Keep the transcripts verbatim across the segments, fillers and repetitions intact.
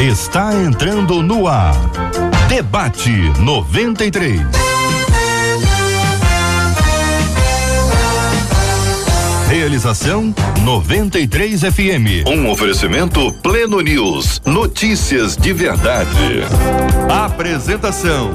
está entrando no ar. Debate noventa e três. Realização noventa e três F M. Um oferecimento Pleno News. Notícias de verdade. Apresentação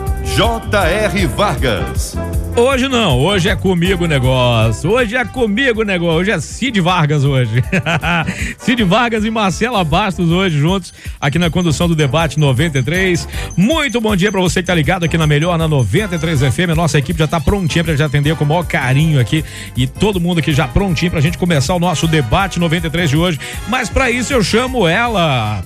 J R Vargas. Hoje não, hoje é comigo o negócio, hoje é comigo o negócio, hoje é Cid Vargas hoje. Cid Vargas e Marcela Bastos hoje juntos aqui na condução do Debate noventa e três. Muito bom dia pra você que tá ligado aqui na melhor, na noventa e três F M. A nossa equipe já tá prontinha pra te atender com o maior carinho aqui e todo mundo aqui já prontinho pra gente começar o nosso Debate noventa e três de hoje. Mas pra isso eu chamo ela,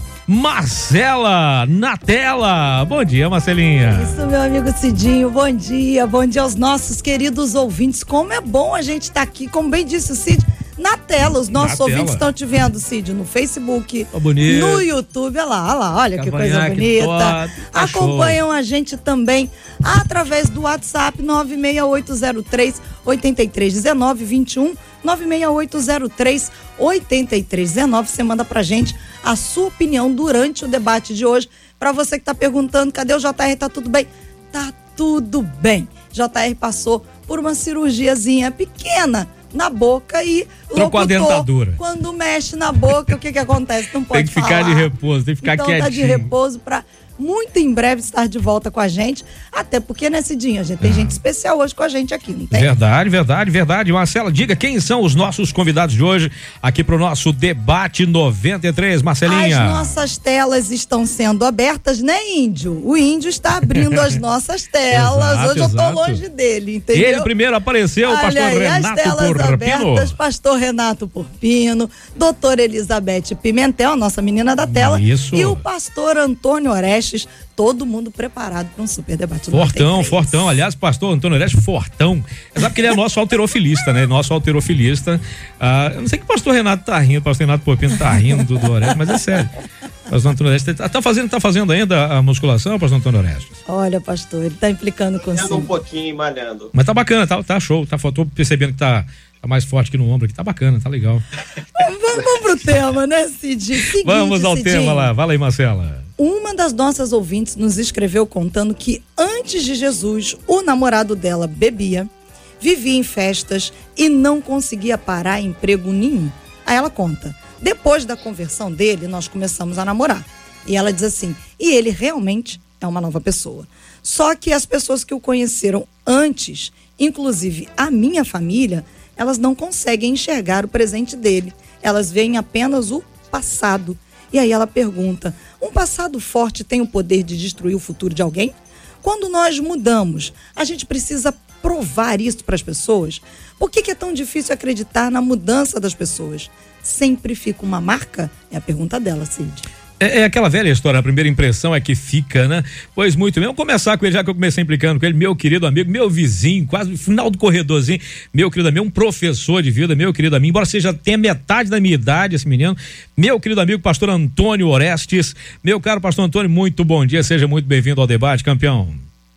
Marcela, na tela. Bom dia, Marcelinha. Isso, meu amigo Cidinho, bom dia, bom dia aos nossos queridos ouvintes. Como é bom a gente estar tá aqui, como bem disse o Cid, na tela. Os nossos na ouvintes estão te vendo, Cid, no Facebook, oh, no YouTube, olha lá, olha lá, olha que coisa bonita. Acompanham a gente também através do WhatsApp nove seis oito zero três oito três um nove dois um, nove seis oito zero três oito três um nove. Você manda pra gente a sua opinião durante o debate de hoje. Pra você que tá perguntando, cadê o J R? Tá tudo bem? Tá tudo bem. J R passou por uma cirurgiazinha pequena na boca e trocou a dentadura. Quando mexe na boca, o que que acontece? Não pode Tem que ficar falar. de repouso, tem que ficar então, quietinho. Tá de repouso pra muito em breve estar de volta com a gente, até porque, né, Cidinho, a gente tem ah. gente especial hoje com a gente aqui, não tem? Verdade, verdade, verdade. Marcela, diga quem são os nossos convidados de hoje aqui pro nosso Debate noventa e três, Marcelinha. As nossas telas estão sendo abertas, né, Índio? O Índio está abrindo as nossas telas. Exato, hoje eu tô exato. longe dele, entendeu? Ele primeiro apareceu, o pastor aí, Renato as telas Porpino. Abertas, pastor Renato Porpino, doutora Elizabeth Pimentel, a nossa menina da tela. Isso. E o pastor Antônio Orestes. Todo mundo preparado para um super debate. Fortão, fortão. Aliás, pastor Antônio Orestes, fortão. É só porque ele é nosso alterofilista, né? Nosso alterofilista. Ah, eu não sei que o pastor Renato tá rindo, o pastor Renato Porpino tá rindo do, do Orestes, mas é sério. O pastor Antônio Orestes tá, tá, fazendo, tá fazendo ainda a musculação, pastor Antônio Orestes? Olha, pastor, ele tá implicando com você. um pouquinho, malhando. Mas tá bacana, tá, tá show. Tá, tô percebendo que tá, tá mais forte que no ombro aqui. Tá bacana, tá legal. Vamos, vamos pro tema, né, Cid? Seguinte, vamos ao Cidinho. tema lá. Fala aí, Marcela. Uma das nossas ouvintes nos escreveu contando que antes de Jesus, o namorado dela bebia, vivia em festas e não conseguia parar em emprego nenhum. Aí ela conta, depois da conversão dele, nós começamos a namorar. E ela diz assim, e ele realmente é uma nova pessoa. Só que as pessoas que o conheceram antes, inclusive a minha família, elas não conseguem enxergar o presente dele. Elas veem apenas o passado. E aí ela pergunta, um passado forte tem o poder de destruir o futuro de alguém? Quando nós mudamos, a gente precisa provar isso para as pessoas? Por que que é tão difícil acreditar na mudança das pessoas? Sempre fica uma marca? É a pergunta dela, Cid. É, é aquela velha história, a primeira impressão é que fica, né? Pois muito bem, vamos começar com ele, já que eu comecei implicando com ele, meu querido amigo, meu vizinho, quase no final do corredorzinho, meu querido amigo, um professor de vida, meu querido amigo, embora seja tenha metade da minha idade esse menino, meu querido amigo, pastor Antônio Orestes. Meu caro pastor Antônio, muito bom dia, seja muito bem-vindo ao debate, campeão.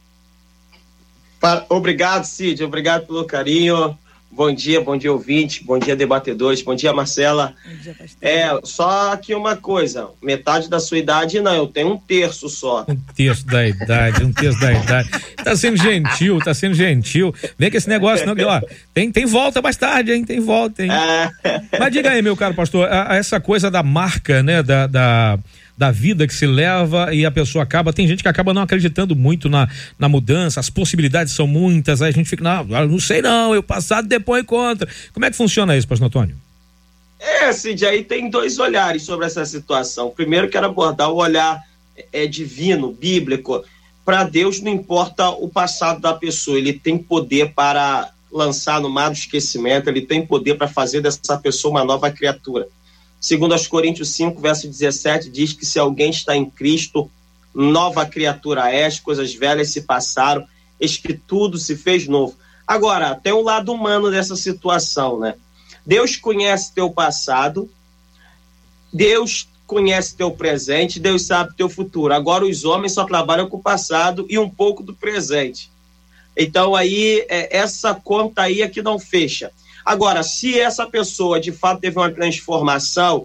Obrigado, Cid, obrigado pelo carinho. Bom dia, bom dia ouvinte, bom dia debatedores, bom dia Marcela. Bom dia, pastor. É, só aqui uma coisa, metade da sua idade não, eu tenho um terço só. Um terço da idade, um terço da idade. Tá sendo gentil, tá sendo gentil. Vem com esse negócio, não, ó, tem, tem volta mais tarde, hein, tem volta, hein. É. Mas diga aí, meu caro pastor, a, a essa coisa da marca, né, da... da... da vida que se leva e a pessoa acaba, tem gente que acaba não acreditando muito na, na mudança, as possibilidades são muitas, aí a gente fica, não, não sei não, eu passado depois contra. Como é que funciona isso, pastor Antônio? É, Cid, aí tem dois olhares sobre essa situação. Primeiro, quero abordar o olhar é, divino, bíblico. Para Deus não importa o passado da pessoa, ele tem poder para lançar no mar do esquecimento, ele tem poder para fazer dessa pessoa uma nova criatura. Segundo aos Coríntios cinco, verso dezessete, diz que se alguém está em Cristo, nova criatura é, as coisas velhas se passaram, eis que tudo se fez novo. Agora, tem um lado humano dessa situação, né? Deus conhece teu passado, Deus conhece teu presente, Deus sabe teu futuro. Agora os homens só trabalham com o passado e um pouco do presente. Então aí, é, essa conta aí é que não fecha. Agora, se essa pessoa de fato teve uma transformação,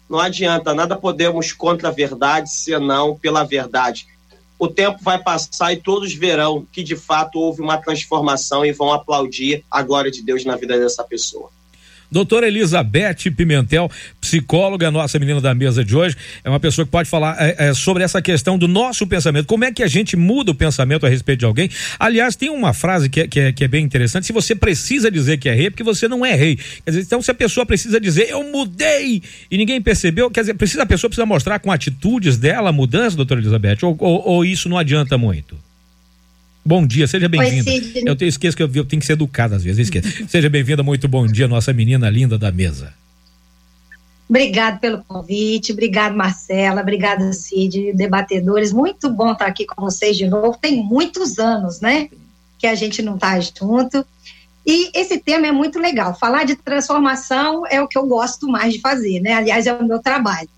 Não adianta, nada podemos contra a verdade, senão pela verdade. O tempo vai passar e todos verão que de fato houve uma transformação e vão aplaudir a glória de Deus na vida dessa pessoa. Doutora Elizabeth Pimentel, psicóloga, nossa menina da mesa de hoje, é uma pessoa que pode falar é, é, sobre essa questão do nosso pensamento, como é que a gente muda o pensamento a respeito de alguém. Aliás, tem uma frase que é, que é, que é bem interessante: se você precisa dizer que é rei, porque você não é rei. Quer dizer, então se a pessoa precisa dizer, eu mudei, e ninguém percebeu, quer dizer, precisa, a pessoa precisa mostrar com atitudes dela a mudança, doutora Elizabeth, ou, ou, ou isso não adianta muito? Bom dia, seja bem-vinda. Eu te esqueço que eu, eu tenho que ser educada às vezes, eu esqueço. Seja bem-vinda, muito bom dia, nossa menina linda da mesa. Obrigado pelo convite, obrigado Marcela, obrigado Cid, debatedores, muito bom estar aqui com vocês de novo, tem muitos anos, né, que a gente não está junto, e esse tema é muito legal, falar de transformação é o que eu gosto mais de fazer, né, aliás é o meu trabalho.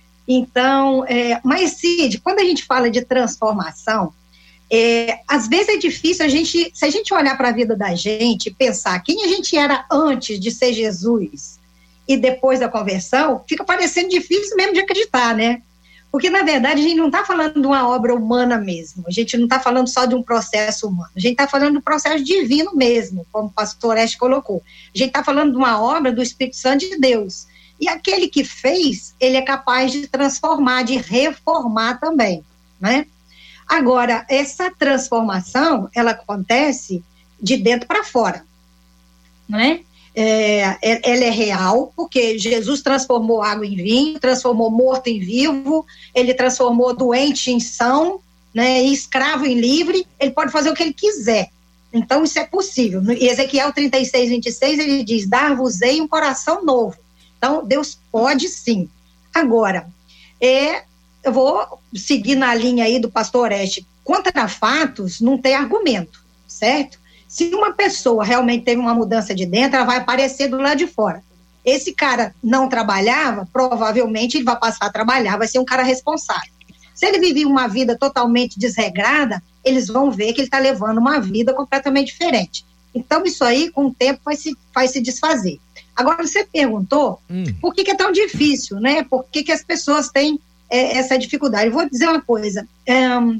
Então, é, mas Cid, quando a gente fala de transformação, É, às vezes é difícil a gente, se a gente olhar para a vida da gente, pensar quem a gente era antes de ser Jesus e depois da conversão, fica parecendo difícil mesmo de acreditar, né? Porque, na verdade, a gente não está falando de uma obra humana mesmo, a gente não está falando só de um processo humano, a gente está falando do processo divino mesmo, como o pastor Orestes colocou. A gente está falando de uma obra do Espírito Santo de Deus. E aquele que fez, ele é capaz de transformar, de reformar também, né? Agora, essa transformação, ela acontece de dentro para fora, né? É, ela é real, porque Jesus transformou água em vinho, transformou morto em vivo, ele transformou doente em são, né, escravo em livre, ele pode fazer o que ele quiser. Então, isso é possível. Em Ezequiel trinta e seis, vinte e seis, ele diz, dar-vos-ei um coração novo. Então, Deus pode sim. Agora, é... eu vou seguir na linha aí do pastor Orestes. Contra fatos, não tem argumento, certo? Se uma pessoa realmente teve uma mudança de dentro, ela vai aparecer do lado de fora. Esse cara não trabalhava, provavelmente ele vai passar a trabalhar, vai ser um cara responsável. Se ele vivia uma vida totalmente desregrada, eles vão ver que ele está levando uma vida completamente diferente. Então, isso aí, com o tempo, vai se, vai se desfazer. Agora, você perguntou hum. por que, que é tão difícil, né? Por que, que as pessoas têm essa dificuldade. Eu vou dizer uma coisa, um,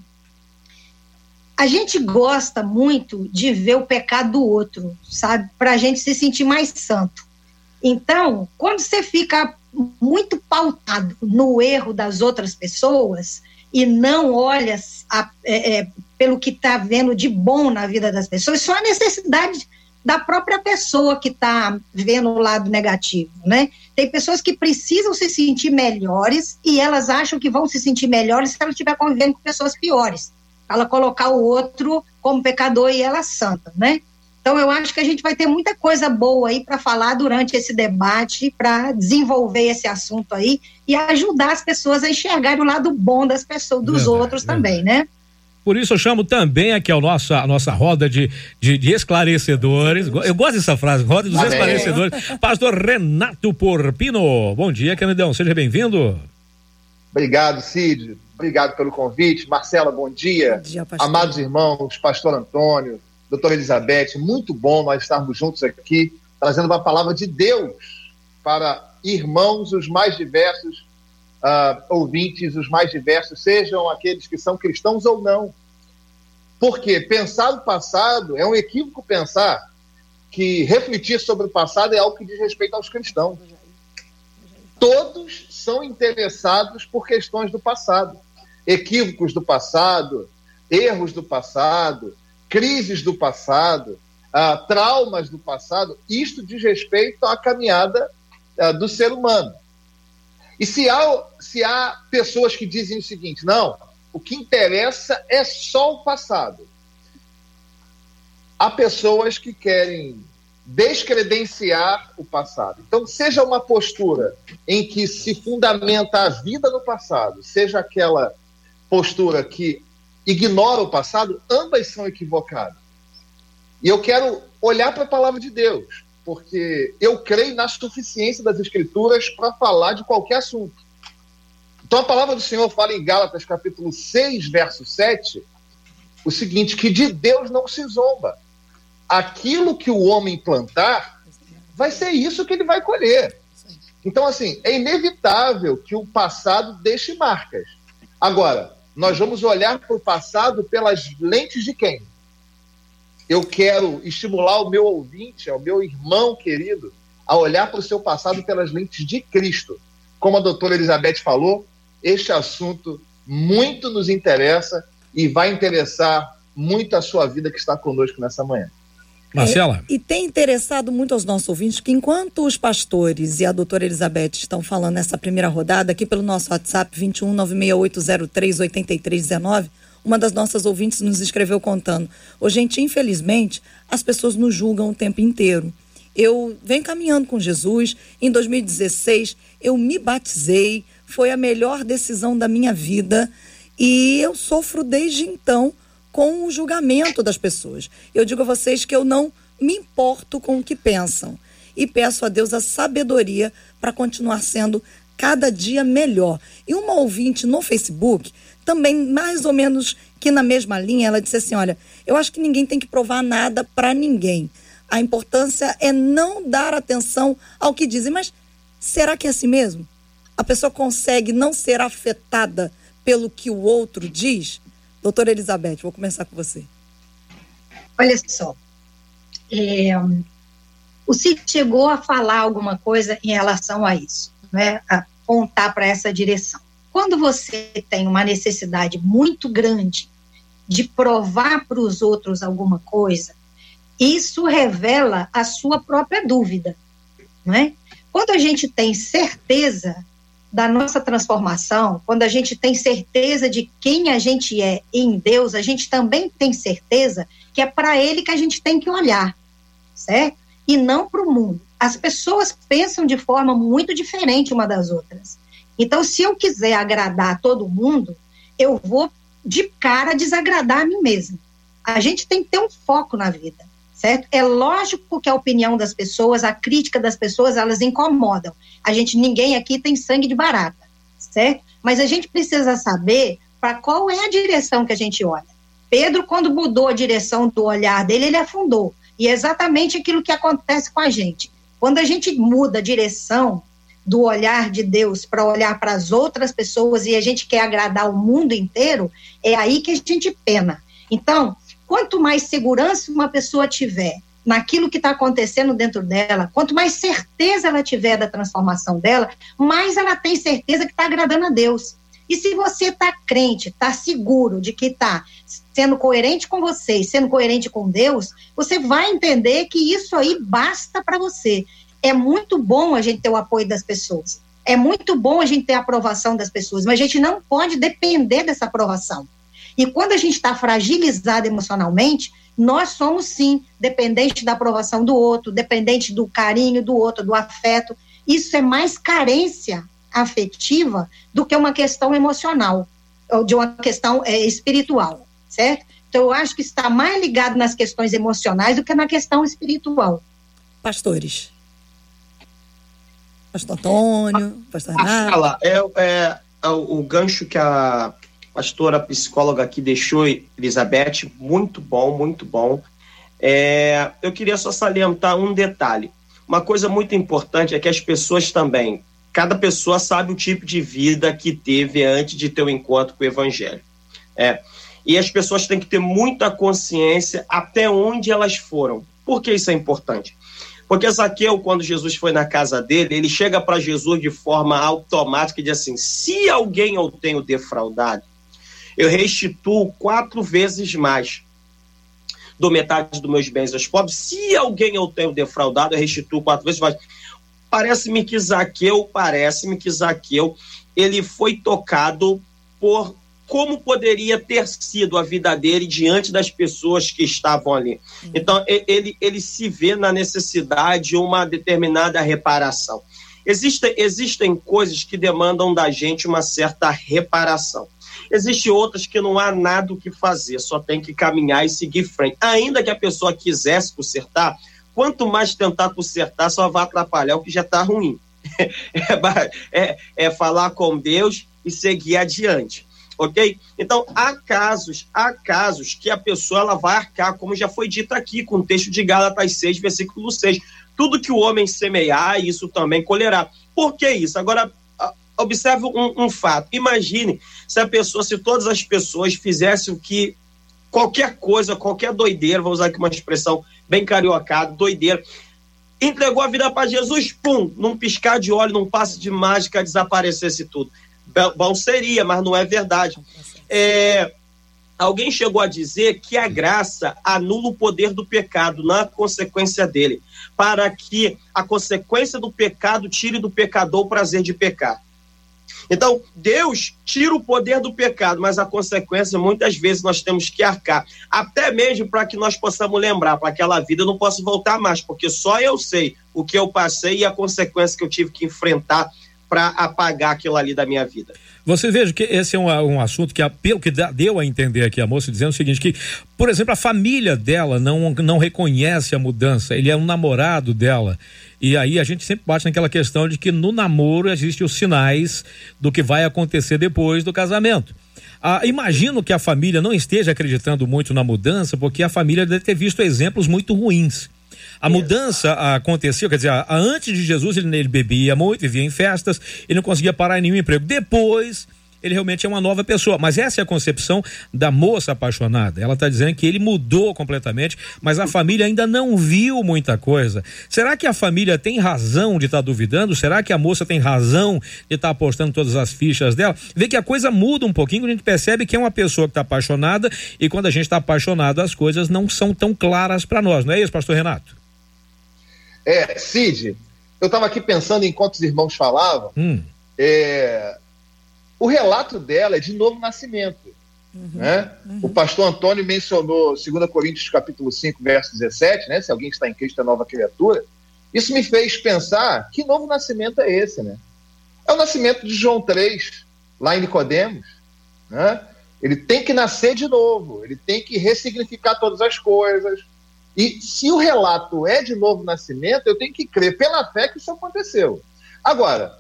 a gente gosta muito de ver o pecado do outro, sabe, para a gente se sentir mais santo. Então, quando você fica muito pautado no erro das outras pessoas e não olha a, é, é, pelo que está vendo de bom na vida das pessoas, só a necessidade da própria pessoa que está vendo o lado negativo, né? Tem pessoas que precisam se sentir melhores e elas acham que vão se sentir melhores se ela estiver convivendo com pessoas piores. Ela colocar o outro como pecador e ela santa, né? Então, eu acho que a gente vai ter muita coisa boa aí para falar durante esse debate, para desenvolver esse assunto aí e ajudar as pessoas a enxergar o lado bom das pessoas, dos verdade, outros verdade. Também, né? Por isso eu chamo também aqui a nossa, a nossa roda de, de, de esclarecedores. Eu gosto dessa frase, roda dos Amém. Esclarecedores. Pastor Renato Porpino. Bom dia, queridão. Seja bem-vindo. Obrigado, Cid. Obrigado pelo convite. Marcela, bom dia. Bom dia, pastor. Amados irmãos, pastor Antônio, doutora Elizabeth, muito bom nós estarmos juntos aqui, trazendo uma palavra de Deus para irmãos os mais diversos, Uh, ouvintes, os mais diversos, sejam aqueles que são cristãos ou não. Porque pensar no passado é um equívoco pensar que refletir sobre o passado é algo que diz respeito aos cristãos. Todos são interessados por questões do passado. Equívocos do passado, erros do passado, crises do passado, uh, traumas do passado. Isto diz respeito à caminhada uh, do ser humano. E se há, se há pessoas que dizem o seguinte, não, o que interessa é só o passado. Há pessoas que querem descredenciar o passado. Então, seja uma postura em que se fundamenta a vida no passado, seja aquela postura que ignora o passado, ambas são equivocadas. E eu quero olhar para a palavra de Deus, porque eu creio na suficiência das Escrituras para falar de qualquer assunto. Então a palavra do Senhor fala em Gálatas capítulo seis, verso sete, o seguinte, que de Deus não se zomba. Aquilo que o homem plantar, vai ser isso que ele vai colher. Então, assim, é inevitável que o passado deixe marcas. Agora, nós vamos olhar para o passado pelas lentes de quem? Eu quero estimular o meu ouvinte, o meu irmão querido, a olhar para o seu passado pelas lentes de Cristo. Como a doutora Elizabeth falou, este assunto muito nos interessa e vai interessar muito a sua vida que está conosco nessa manhã. Marcela? É, e tem interessado muito aos nossos ouvintes que enquanto os pastores e a doutora Elizabeth estão falando nessa primeira rodada, aqui pelo nosso WhatsApp vinte e um, nove seis oito zero três, oito três um nove, uma das nossas ouvintes nos escreveu contando: ô, gente, infelizmente, as pessoas nos julgam o tempo inteiro. Eu venho caminhando com Jesus, em dois mil e dezesseis eu me batizei, foi a melhor decisão da minha vida e eu sofro desde então com o julgamento das pessoas. Eu digo a vocês que eu não me importo com o que pensam e peço a Deus a sabedoria para continuar sendo cada dia melhor. E uma ouvinte no Facebook, também mais ou menos que na mesma linha, ela disse assim: olha, eu acho que ninguém tem que provar nada para ninguém. A importância é não dar atenção ao que dizem. Mas será que é assim mesmo? A pessoa consegue não ser afetada pelo que o outro diz? Doutora Elizabeth, vou começar com você. Olha só, é, o Cid chegou a falar alguma coisa em relação a isso, né? A apontar para essa direção. Quando você tem uma necessidade muito grande de provar para os outros alguma coisa, isso revela a sua própria dúvida, não é? Quando a gente tem certeza da nossa transformação, quando a gente tem certeza de quem a gente é em Deus, a gente também tem certeza que é para Ele que a gente tem que olhar, certo? E não para o mundo. As pessoas pensam de forma muito diferente uma das outras. Então, se eu quiser agradar todo mundo, eu vou de cara desagradar a mim mesma. A gente tem que ter um foco na vida, certo? É lógico que a opinião das pessoas, a crítica das pessoas, elas incomodam. A gente, ninguém aqui tem sangue de barata, certo? Mas a gente precisa saber para qual é a direção que a gente olha. Pedro, quando mudou a direção do olhar dele, ele afundou. E é exatamente aquilo que acontece com a gente. Quando a gente muda a direção do olhar de Deus para olhar para as outras pessoas e a gente quer agradar o mundo inteiro, é aí que a gente pena. Então, quanto mais segurança uma pessoa tiver naquilo que está acontecendo dentro dela, quanto mais certeza ela tiver da transformação dela, mais ela tem certeza que está agradando a Deus. E se você está crente, está seguro de que está sendo coerente com você e sendo coerente com Deus, você vai entender que isso aí basta para você. É muito bom a gente ter o apoio das pessoas, é muito bom a gente ter a aprovação das pessoas, mas a gente não pode depender dessa aprovação. E quando a gente está fragilizado emocionalmente, nós somos, sim, dependentes da aprovação do outro, dependente do carinho do outro, do afeto. Isso é mais carência afetiva do que uma questão emocional, ou de uma questão é, espiritual, certo? Então, eu acho que está mais ligado nas questões emocionais do que na questão espiritual. Pastores. Pastor Antônio, pastor Renato. Fala, é, é, é o, o gancho que a pastora psicóloga aqui deixou, Elizabeth, muito bom, muito bom. É, eu queria só salientar um detalhe. Uma coisa muito importante é que as pessoas também, cada pessoa sabe o tipo de vida que teve antes de ter o um encontro com o Evangelho. É, e as pessoas têm que ter muita consciência até onde elas foram. Por que isso é importante? Porque Zaqueu, quando Jesus foi na casa dele, ele chega para Jesus de forma automática e diz assim: se alguém eu tenho defraudado, eu restituo quatro vezes mais, dou metade dos meus bens aos pobres. Se alguém eu tenho defraudado, eu restituo quatro vezes mais. Parece-me que Zaqueu, parece-me que Zaqueu, ele foi tocado por como poderia ter sido a vida dele diante das pessoas que estavam ali. Então, ele, ele se vê na necessidade de uma determinada reparação. Existem, existem coisas que demandam da gente uma certa reparação. Existem outras que não há nada o que fazer, só tem que caminhar e seguir frente. Ainda que a pessoa quisesse consertar, quanto mais tentar consertar, só vai atrapalhar o que já está ruim. É, é, é falar com Deus e seguir adiante. Ok? Então, há casos, há casos que a pessoa ela vai arcar, como já foi dito aqui, com o texto de Gálatas seis, versículo seis. tudo que o homem semear, isso também colherá. Por que isso? Agora, observe um, um fato. Imagine se a pessoa, se todas as pessoas fizessem o que qualquer coisa, qualquer doideira, vou usar aqui uma expressão bem cariocada, doideira, entregou a vida para Jesus, pum, num piscar de olho, num passe de mágica, desaparecesse tudo. Bom seria, mas não é verdade. É, alguém chegou a dizer que a graça anula o poder do pecado na consequência dele, para que a consequência do pecado tire do pecador o prazer de pecar. Então, Deus tira o poder do pecado, mas a consequência, muitas vezes, nós temos que arcar. Até mesmo para que nós possamos lembrar, para aquela vida eu não posso voltar mais, porque só eu sei o que eu passei e a consequência que eu tive que enfrentar para apagar aquilo ali da minha vida. Você veja que esse é um, um assunto que, pelo que deu a entender aqui a moça, dizendo o seguinte, que, por exemplo, a família dela não, não reconhece a mudança, ele é um namorado dela, e aí a gente sempre bate naquela questão de que no namoro existem os sinais do que vai acontecer depois do casamento. Ah, imagino que a família não esteja acreditando muito na mudança, porque a família deve ter visto exemplos muito ruins. A mudança aconteceu, quer dizer, antes de Jesus ele, ele bebia muito, vivia em festas, ele não conseguia parar em nenhum emprego. Depois, ele realmente é uma nova pessoa. Mas essa é a concepção da moça apaixonada. Ela está dizendo que ele mudou completamente, mas a família ainda não viu muita coisa. Será que a família tem razão de estar tá duvidando? Será que a moça tem razão de estar tá apostando todas as fichas dela? Vê que a coisa muda um pouquinho, a gente percebe que é uma pessoa que está apaixonada, e quando a gente está apaixonado, as coisas não são tão claras para nós. Não é isso, pastor Renato? É, Cid, eu estava aqui pensando enquanto os irmãos falavam, hum. é, o relato dela é de novo nascimento. Uhum, né? Uhum. O pastor Antônio mencionou dois Coríntios capítulo cinco, verso dezessete, né? Se alguém está em Cristo é nova criatura. Isso me fez pensar, que novo nascimento é esse, né? É o nascimento de João três, lá em Nicodemos, né? Ele tem que nascer de novo, ele tem que ressignificar todas as coisas. E se o relato é de novo nascimento, eu tenho que crer pela fé que isso aconteceu. Agora,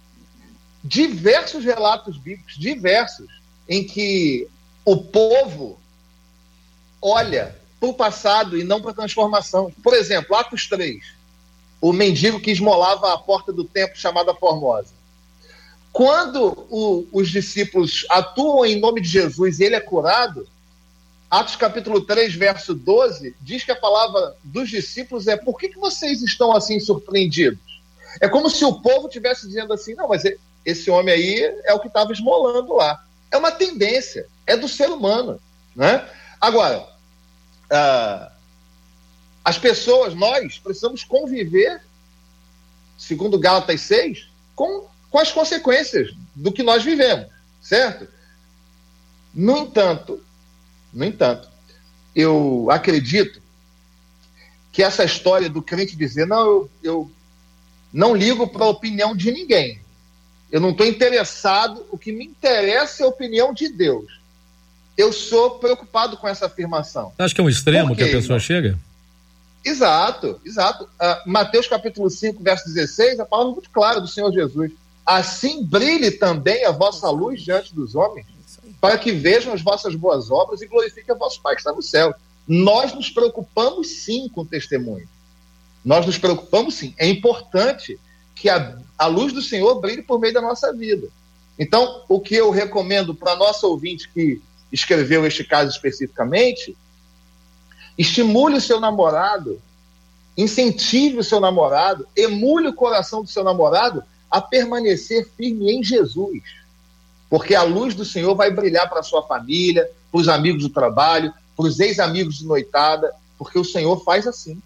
diversos relatos bíblicos, diversos, em que o povo olha para o passado e não para a transformação. Por exemplo, Atos três, o mendigo que esmolava a porta do templo chamada Formosa. Quando o, os discípulos atuam em nome de Jesus e ele é curado, Atos capítulo três, verso doze, diz que a palavra dos discípulos é: por que, que vocês estão assim surpreendidos? É como se o povo estivesse dizendo assim: não, mas esse homem aí é o que estava esmolando lá. É uma tendência, é do ser humano, né? Agora, uh, as pessoas, nós precisamos conviver, segundo Gálatas seis, com, com as consequências do que nós vivemos, certo? No entanto, No entanto, eu acredito que essa história do crente dizer: não, eu, eu não ligo para a opinião de ninguém, eu não estou interessado, o que me interessa é a opinião de Deus. Eu sou preocupado com essa afirmação. Acho que é um extremo que a pessoa chega? Exato, exato. Uh, Mateus capítulo cinco, verso dezesseis, a palavra é muito clara do Senhor Jesus: assim brilhe também a vossa luz diante dos homens, para que vejam as vossas boas obras e glorifiquem a vosso Pai que está no céu. Nós nos preocupamos sim com o testemunho. Nós nos preocupamos sim. É importante que a, a luz do Senhor brilhe por meio da nossa vida. Então, o que eu recomendo para a nossa ouvinte que escreveu este caso especificamente, estimule o seu namorado, incentive o seu namorado, emule o coração do seu namorado a permanecer firme em Jesus. Porque a luz do Senhor vai brilhar para a sua família, para os amigos do trabalho, para os ex-amigos de noitada, porque o Senhor faz assim.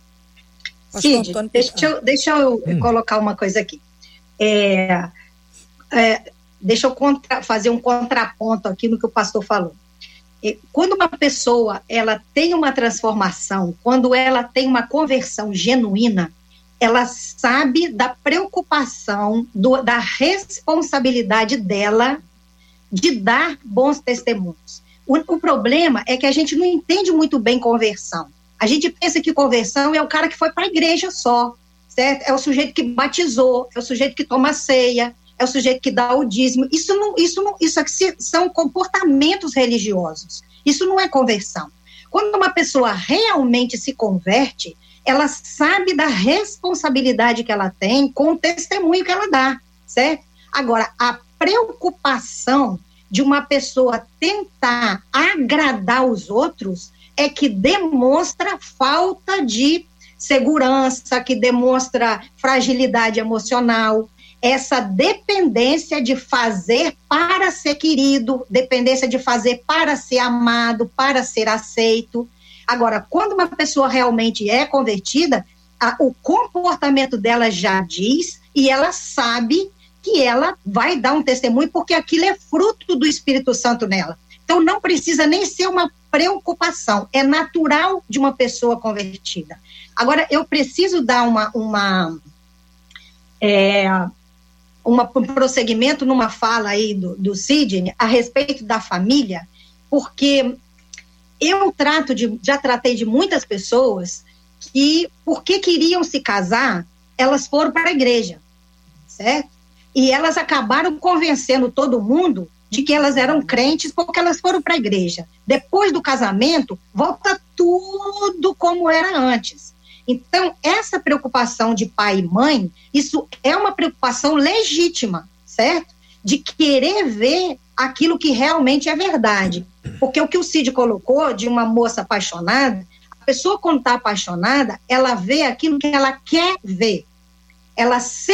Cid, deixa eu, deixa eu hum. colocar uma coisa aqui. É, é, deixa eu contra, fazer um contraponto aqui no que o pastor falou. É, quando uma pessoa ela tem uma transformação, quando ela tem uma conversão genuína, ela sabe da preocupação, do, da responsabilidade dela de dar bons testemunhos. O, o problema é que a gente não entende muito bem conversão. A gente pensa que conversão é o cara que foi para a igreja só, certo? É o sujeito que batizou, é o sujeito que toma ceia, é o sujeito que dá o dízimo. Isso, não, isso, não, isso aqui são comportamentos religiosos. Isso não é conversão. Quando uma pessoa realmente se converte, ela sabe da responsabilidade que ela tem com o testemunho que ela dá, certo? Agora, a preocupação de uma pessoa tentar agradar os outros é que demonstra falta de segurança, que demonstra fragilidade emocional, essa dependência de fazer para ser querido, dependência de fazer para ser amado, para ser aceito. Agora, quando uma pessoa realmente é convertida, a, o comportamento dela já diz e ela sabe que ela vai dar um testemunho porque aquilo é fruto do Espírito Santo nela. Então, não precisa nem ser uma preocupação, é natural de uma pessoa convertida. Agora, eu preciso dar uma, uma, é, uma um prosseguimento numa fala aí do, do Sidney a respeito da família, porque eu trato de, já tratei de muitas pessoas que, porque queriam se casar, elas foram para a igreja, certo? E elas acabaram convencendo todo mundo de que elas eram crentes porque elas foram para a igreja. Depois do casamento, volta tudo como era antes. Então, essa preocupação de pai e mãe, isso é uma preocupação legítima, certo? De querer ver aquilo que realmente é verdade. Porque o que o Cid colocou de uma moça apaixonada, a pessoa quando está apaixonada, ela vê aquilo que ela quer ver. Ela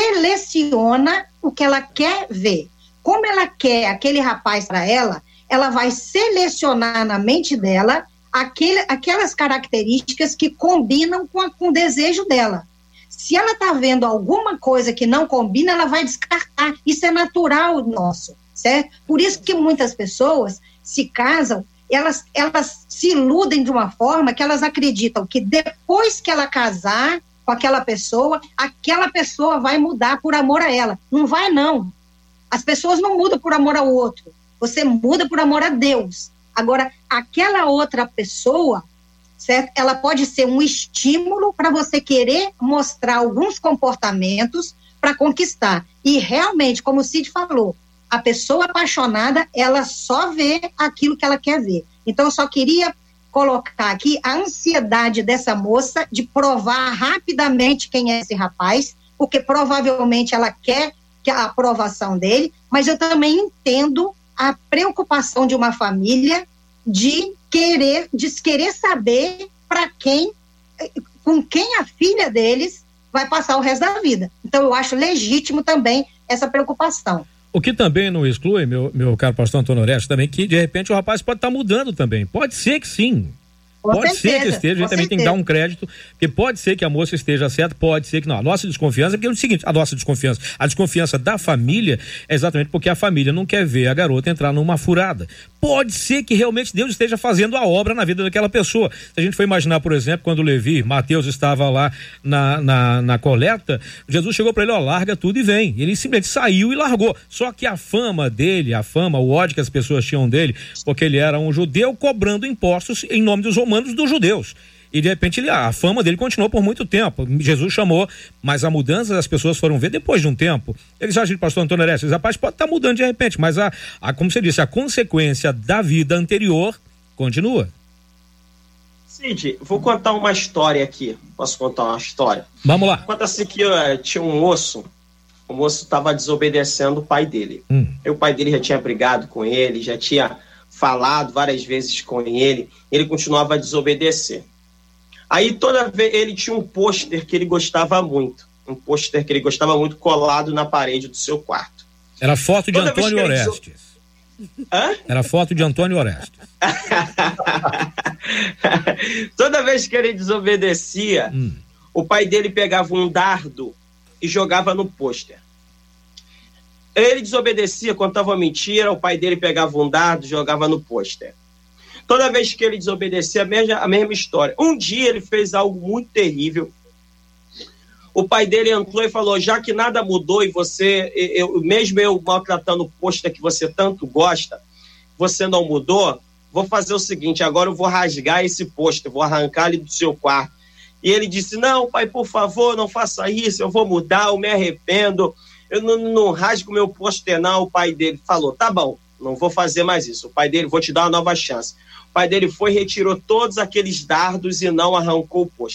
seleciona o que ela quer ver. Como ela quer aquele rapaz para ela, ela vai selecionar na mente dela aquele, aquelas características que combinam com, a, com o desejo dela. Se ela está vendo alguma coisa que não combina, ela vai descartar. Isso é natural nosso, certo? Por isso que muitas pessoas se casam, elas, elas se iludem de uma forma que elas acreditam que depois que ela casar com aquela pessoa, aquela pessoa vai mudar por amor a ela. Não vai, não. As pessoas não mudam por amor ao outro. Você muda por amor a Deus. Agora, aquela outra pessoa, certo? Ela pode ser um estímulo para você querer mostrar alguns comportamentos para conquistar. E realmente, como o Cid falou, a pessoa apaixonada, ela só vê aquilo que ela quer ver. Então, eu só queria colocar aqui a ansiedade dessa moça de provar rapidamente quem é esse rapaz, porque provavelmente ela quer a aprovação dele, mas eu também entendo a preocupação de uma família de querer, de querer saber para quem, com quem a filha deles vai passar o resto da vida. Então eu acho legítimo também essa preocupação. O que também não exclui, meu, meu caro pastor Antônio Orestes, também que de repente o rapaz pode estar tá mudando também. Pode ser que sim. Com pode certeza, ser que esteja, a gente também certeza. Tem que dar um crédito, porque pode ser que a moça esteja certa, pode ser que não. A nossa desconfiança, porque é o seguinte, a nossa desconfiança, a desconfiança da família é exatamente porque a família não quer ver a garota entrar numa furada. Pode ser que realmente Deus esteja fazendo a obra na vida daquela pessoa. Se a gente for imaginar, por exemplo, quando Levi, Mateus estava lá na, na, na coleta, Jesus chegou para ele, ó, larga tudo e vem. Ele simplesmente saiu e largou. Só que a fama dele, a fama, o ódio que as pessoas tinham dele, porque ele era um judeu cobrando impostos em nome dos romanos, dos judeus. E de repente ele, a fama dele continuou por muito tempo. Jesus chamou, mas a mudança as pessoas foram ver depois de um tempo. Eles acham que o pastor Antônio Orestes, rapaz, pode estar mudando de repente, mas a, a, como você disse, a consequência da vida anterior continua. Cid, vou contar uma história aqui. Posso contar uma história? Vamos lá. Conta-se que uh, tinha um moço, o moço estava desobedecendo o pai dele. Hum. E o pai dele já tinha brigado com ele, já tinha falado várias vezes com ele, ele continuava a desobedecer. Aí toda vez ele tinha um pôster que ele gostava muito, um pôster que ele gostava muito colado na parede do seu quarto. Era foto de toda Antônio Orestes. Deso... Hã? Era foto de Antônio Orestes. Toda vez que ele desobedecia, hum. o pai dele pegava um dardo e jogava no pôster. Ele desobedecia, contava mentira, o pai dele pegava um dardo e jogava no pôster. Toda vez que ele desobedecia, a mesma, a mesma história. Um dia ele fez algo muito terrível. O pai dele entrou e falou, já que nada mudou e você, eu, mesmo eu maltratando o pôster que você tanto gosta, você não mudou, vou fazer o seguinte, agora eu vou rasgar esse pôster, vou arrancar ele do seu quarto. E ele disse, não, pai, por favor, não faça isso, eu vou mudar, eu me arrependo, eu não, não rasgo meu pôster não. O pai dele falou, tá bom, não vou fazer mais isso. O pai dele, vou te dar uma nova chance. O pai dele foi e retirou todos aqueles dardos e não arrancou o pôster.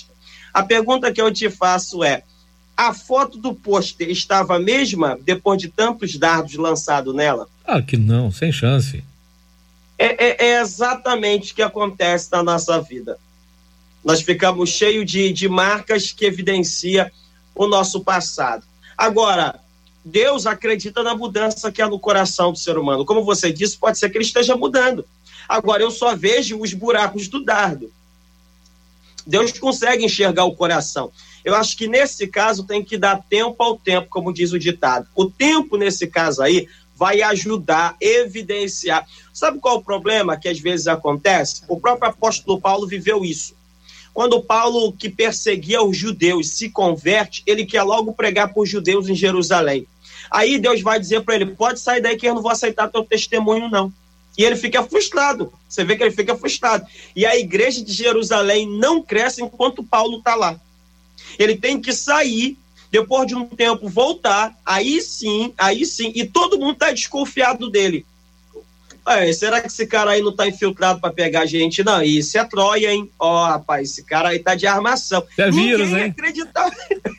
A pergunta que eu te faço é, a foto do pôster estava a mesma depois de tantos dardos lançados nela? Ah, que não, sem chance. É, é, é exatamente o que acontece na nossa vida. Nós ficamos cheios de, de marcas que evidenciam o nosso passado. Agora, Deus acredita na mudança que há no coração do ser humano. Como você disse, pode ser que ele esteja mudando. Agora, eu só vejo os buracos do dardo. Deus consegue enxergar o coração. Eu acho que nesse caso tem que dar tempo ao tempo, como diz o ditado. O tempo, nesse caso aí, vai ajudar, evidenciar. Sabe qual é o problema que às vezes acontece? O próprio apóstolo Paulo viveu isso. Quando Paulo, que perseguia os judeus, se converte, ele quer logo pregar por judeus em Jerusalém. Aí Deus vai dizer para ele, pode sair daí que eu não vou aceitar teu testemunho, não. E ele fica frustrado. Você vê que ele fica frustrado. E a igreja de Jerusalém não cresce enquanto Paulo está lá. Ele tem que sair, depois de um tempo voltar, aí sim, aí sim, e todo mundo está desconfiado dele. É, será que esse cara aí não tá infiltrado para pegar a gente? Não, isso é Troia, hein? Ó, oh, rapaz, esse cara aí tá de armação. É vírus, Ninguém hein? acreditava.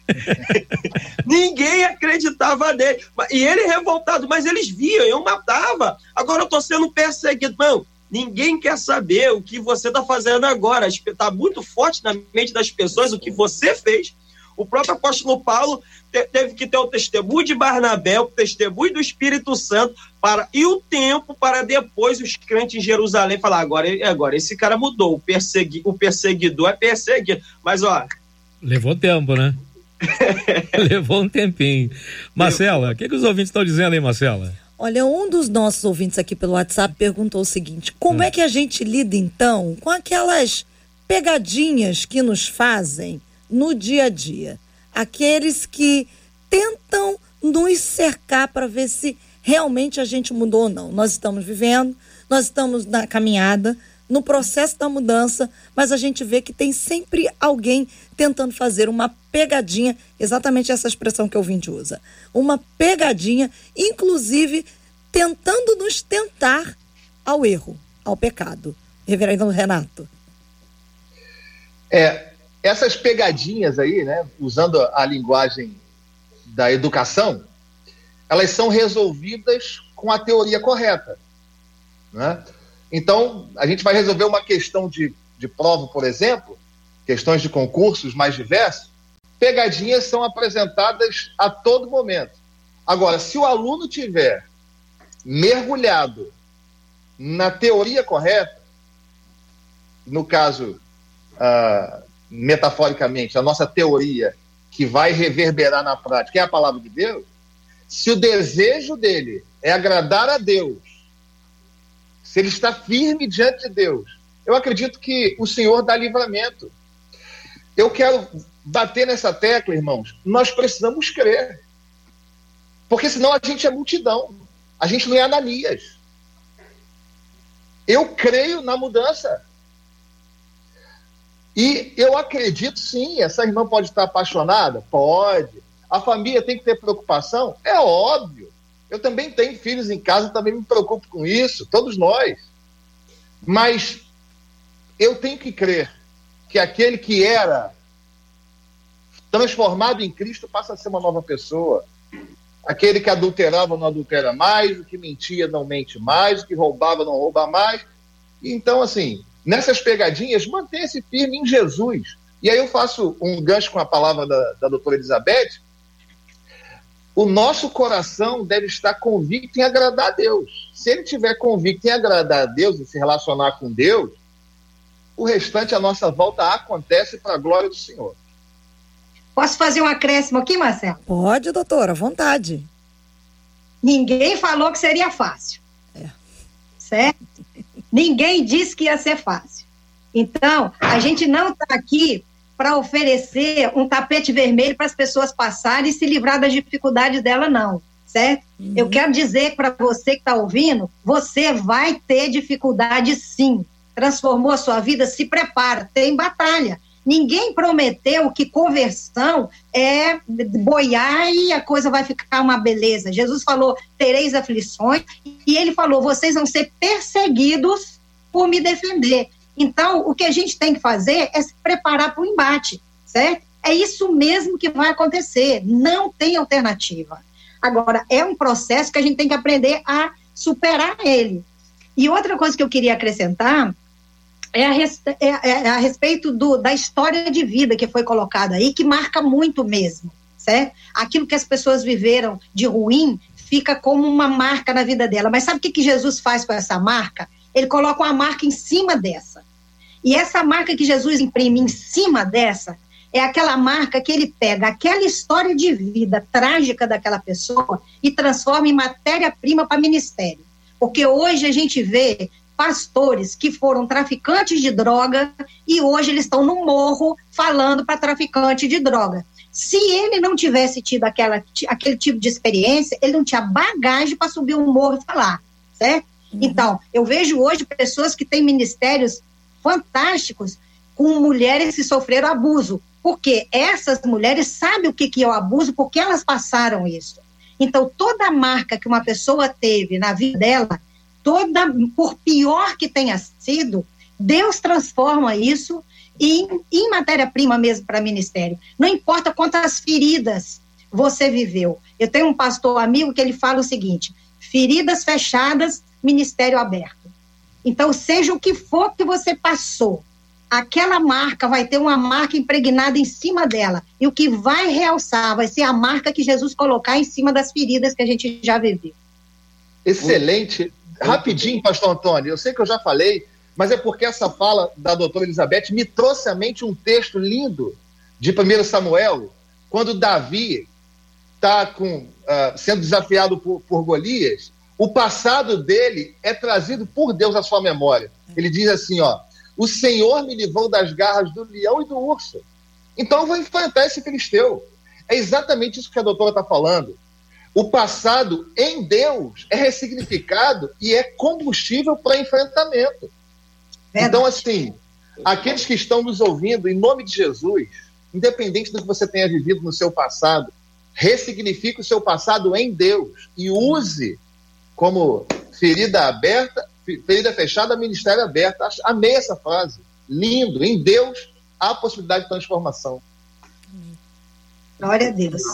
Ninguém acreditava nele. E ele revoltado, mas eles viam, eu matava. Agora eu tô sendo perseguido. Não, ninguém quer saber o que você tá fazendo agora. Tá muito forte na mente das pessoas o que você fez. O próprio apóstolo Paulo te, teve que ter o testemunho de Barnabé, o testemunho do Espírito Santo, para, e o tempo para depois os crentes em Jerusalém falar, agora, agora esse cara mudou, o, persegui, o perseguidor é perseguido. Mas, ó... Levou tempo, né? Levou um tempinho. Marcela, o que, que os ouvintes estão dizendo aí, Marcela? Olha, um dos nossos ouvintes aqui pelo WhatsApp perguntou o seguinte, como hum. é que a gente lida, então, com aquelas pegadinhas que nos fazem no dia a dia, aqueles que tentam nos cercar para ver se realmente a gente mudou ou não. Nós estamos vivendo, nós estamos na caminhada, no processo da mudança, mas a gente vê que tem sempre alguém tentando fazer uma pegadinha, exatamente essa expressão que o ouvinte usa, uma pegadinha, inclusive tentando nos tentar ao erro, ao pecado. Reverendo Renato. É... Essas pegadinhas aí, né, usando a linguagem da educação, elas são resolvidas com a teoria correta, né? Então, a gente vai resolver uma questão de, de prova, por exemplo, questões de concursos mais diversos, pegadinhas são apresentadas a todo momento. Agora, se o aluno tiver mergulhado na teoria correta, no caso... Uh, metaforicamente, a nossa teoria que vai reverberar na prática é a palavra de Deus, se o desejo dele é agradar a Deus, se ele está firme diante de Deus, eu acredito que o Senhor dá livramento. Eu quero bater nessa tecla, irmãos, nós precisamos crer, porque senão a gente é multidão, a gente não é Ananias. Eu creio na mudança. E eu acredito, sim, essa irmã pode estar apaixonada? Pode. A família tem que ter preocupação? É óbvio. Eu também tenho filhos em casa, também me preocupo com isso, todos nós. Mas eu tenho que crer que aquele que era transformado em Cristo passa a ser uma nova pessoa. Aquele que adulterava não adultera mais, o que mentia não mente mais, o que roubava não rouba mais. Então, assim... Nessas pegadinhas, mantenha-se firme em Jesus. E aí eu faço um gancho com a palavra da, da doutora Elizabeth. O nosso coração deve estar convicto em agradar a Deus. Se ele estiver convicto em agradar a Deus e se relacionar com Deus, o restante, a nossa volta, acontece para a glória do Senhor. Posso fazer um acréscimo aqui, Marcelo? Pode, doutora, à vontade. Ninguém falou que seria fácil. É. Certo? Ninguém disse que ia ser fácil. Então, a gente não está aqui para oferecer um tapete vermelho para as pessoas passarem e se livrar das dificuldades dela, não, certo? Uhum. Eu quero dizer para você que está ouvindo, você vai ter dificuldade sim. Transformou a sua vida, se prepara, tem batalha. Ninguém prometeu que conversão é boiar e a coisa vai ficar uma beleza. Jesus falou, tereis aflições, e ele falou, vocês vão ser perseguidos por me defender. Então, o que a gente tem que fazer é se preparar para o embate, certo? É isso mesmo que vai acontecer, não tem alternativa. Agora, é um processo que a gente tem que aprender a superar ele. E outra coisa que eu queria acrescentar é a, res, é, é a respeito do, da história de vida que foi colocada aí, que marca muito mesmo, certo? Aquilo que as pessoas viveram de ruim fica como uma marca na vida dela. Mas sabe o que, que Jesus faz com essa marca? Ele coloca uma marca em cima dessa. E essa marca que Jesus imprime em cima dessa é aquela marca que ele pega aquela história de vida trágica daquela pessoa e transforma em matéria-prima para ministério. Porque hoje a gente vê pastores que foram traficantes de droga e hoje eles estão no morro falando para traficante de droga. Se ele não tivesse tido aquela, aquele tipo de experiência, ele não tinha bagagem para subir um morro e falar, certo? Uhum. Então, eu vejo hoje pessoas que têm ministérios fantásticos com mulheres que sofreram abuso, porque essas mulheres sabem o que, que é o abuso, porque elas passaram isso. Então, toda marca que uma pessoa teve na vida dela, toda, por pior que tenha sido, Deus transforma isso em, em matéria-prima mesmo para ministério. Não importa quantas feridas você viveu. Eu tenho um pastor amigo que ele fala o seguinte: feridas fechadas, ministério aberto. Então, seja o que for que você passou, aquela marca vai ter uma marca impregnada em cima dela. E o que vai realçar vai ser a marca que Jesus colocar em cima das feridas que a gente já viveu. Excelente. Rapidinho, pastor Antônio, eu sei que eu já falei, mas é porque essa fala da doutora Elizabeth me trouxe à mente um texto lindo de primeiro Samuel, quando Davi está uh, sendo desafiado por, por Golias. O passado dele é trazido por Deus à sua memória. Ele diz assim, ó: o Senhor me livrou das garras do leão e do urso. Então eu vou enfrentar esse filisteu. É exatamente isso que a doutora está falando. O passado em Deus é ressignificado e é combustível para enfrentamento. É. Então, assim, aqueles que estão nos ouvindo, em nome de Jesus, independente do que você tenha vivido no seu passado, ressignifique o seu passado em Deus e use como ferida aberta, ferida fechada, ministério aberto. Amei essa frase. Lindo. Em Deus há possibilidade de transformação. Glória a Deus.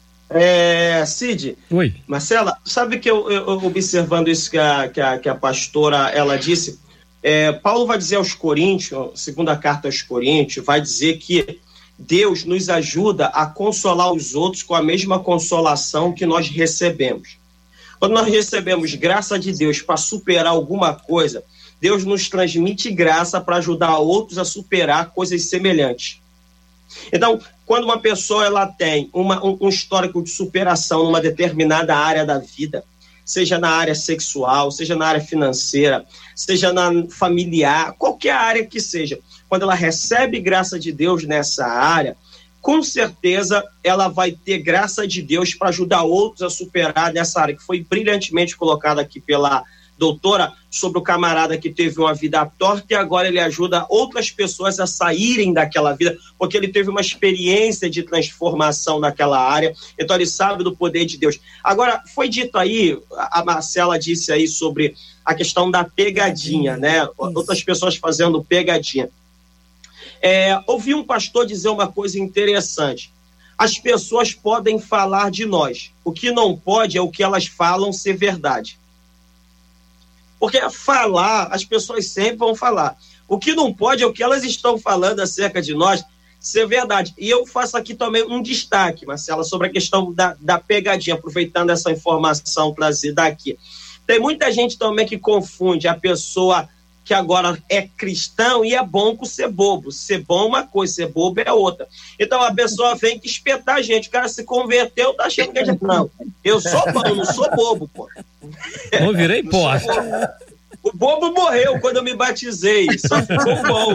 É, Cid, Oi. Marcela, sabe que eu, eu observando isso que a, que a, que a pastora ela disse, é, Paulo vai dizer aos Coríntios, segunda carta aos Coríntios, vai dizer que Deus nos ajuda a consolar os outros com a mesma consolação que nós recebemos. Quando nós recebemos graça de Deus para superar alguma coisa, Deus nos transmite graça para ajudar outros a superar coisas semelhantes. Então, quando uma pessoa ela tem uma, um, um histórico de superação numa determinada área da vida, seja na área sexual, seja na área financeira, seja na familiar, qualquer área que seja, quando ela recebe graça de Deus nessa área, com certeza ela vai ter graça de Deus para ajudar outros a superar nessa área, que foi brilhantemente colocada aqui pela doutora, sobre o camarada que teve uma vida torta e agora ele ajuda outras pessoas a saírem daquela vida, porque ele teve uma experiência de transformação naquela área, então ele sabe do poder de Deus. Agora, foi dito aí, a Marcela disse aí sobre a questão da pegadinha, né? Isso. Outras pessoas fazendo pegadinha. É, ouvi um pastor dizer uma coisa interessante: as pessoas podem falar de nós, o que não pode é o que elas falam ser verdade. Porque falar, as pessoas sempre vão falar. O que não pode é o que elas estão falando acerca de nós ser verdade. E eu faço aqui também um destaque, Marcela, sobre a questão da, da pegadinha, aproveitando essa informação trazida aqui. Tem muita gente também que confunde a pessoa que agora é cristão e é bom com ser bobo. Ser bom é uma coisa, ser bobo é outra. Então a pessoa vem que espetar a gente. O cara se converteu, tá achando que é gente. Não, eu sou bom, não sou bobo, pô. Não virei poste. O bobo morreu quando eu me batizei, só ficou bom.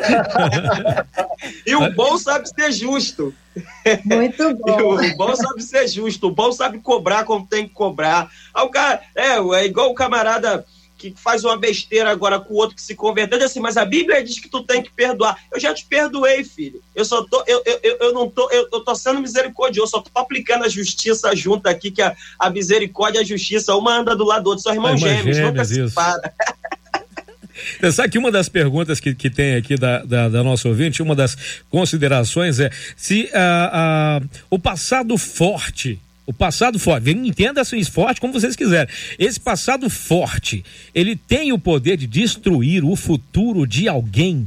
E o bom sabe ser justo. Muito bom. O bom sabe ser justo, o bom sabe cobrar como tem que cobrar. Aí o cara, é, é igual o camarada que faz uma besteira agora com o outro que se converteu, diz assim, mas a Bíblia diz que tu tem que perdoar. Eu já te perdoei, filho. Eu só tô, eu, eu, eu não tô, eu, eu tô sendo misericordioso, só tô aplicando a justiça junto aqui, que a, a misericórdia e a justiça, uma anda do lado do outro, são irmãos gêmeos, nunca se para. Você sabe que uma das perguntas que, que tem aqui da, da, da nossa ouvinte, uma das considerações é se ah, ah, o passado forte, o passado forte, entenda assim, forte como vocês quiserem, esse passado forte, ele tem o poder de destruir o futuro de alguém?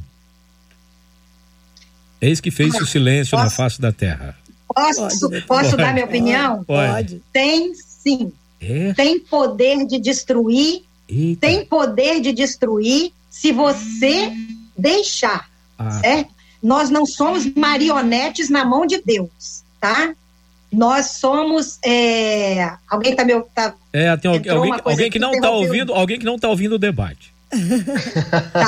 Eis que fez o silêncio posso, na face da terra. Posso, pode, posso pode, dar minha opinião? Pode. Tem sim. É? Tem poder de destruir, Eita. tem poder de destruir se você deixar, ah. certo? Nós não somos marionetes na mão de Deus, tá? Nós somos, é... alguém tá me... Tá... É, tem alguém, alguém, alguém que não tá ouvindo, alguém que não tá ouvindo o debate. Tá,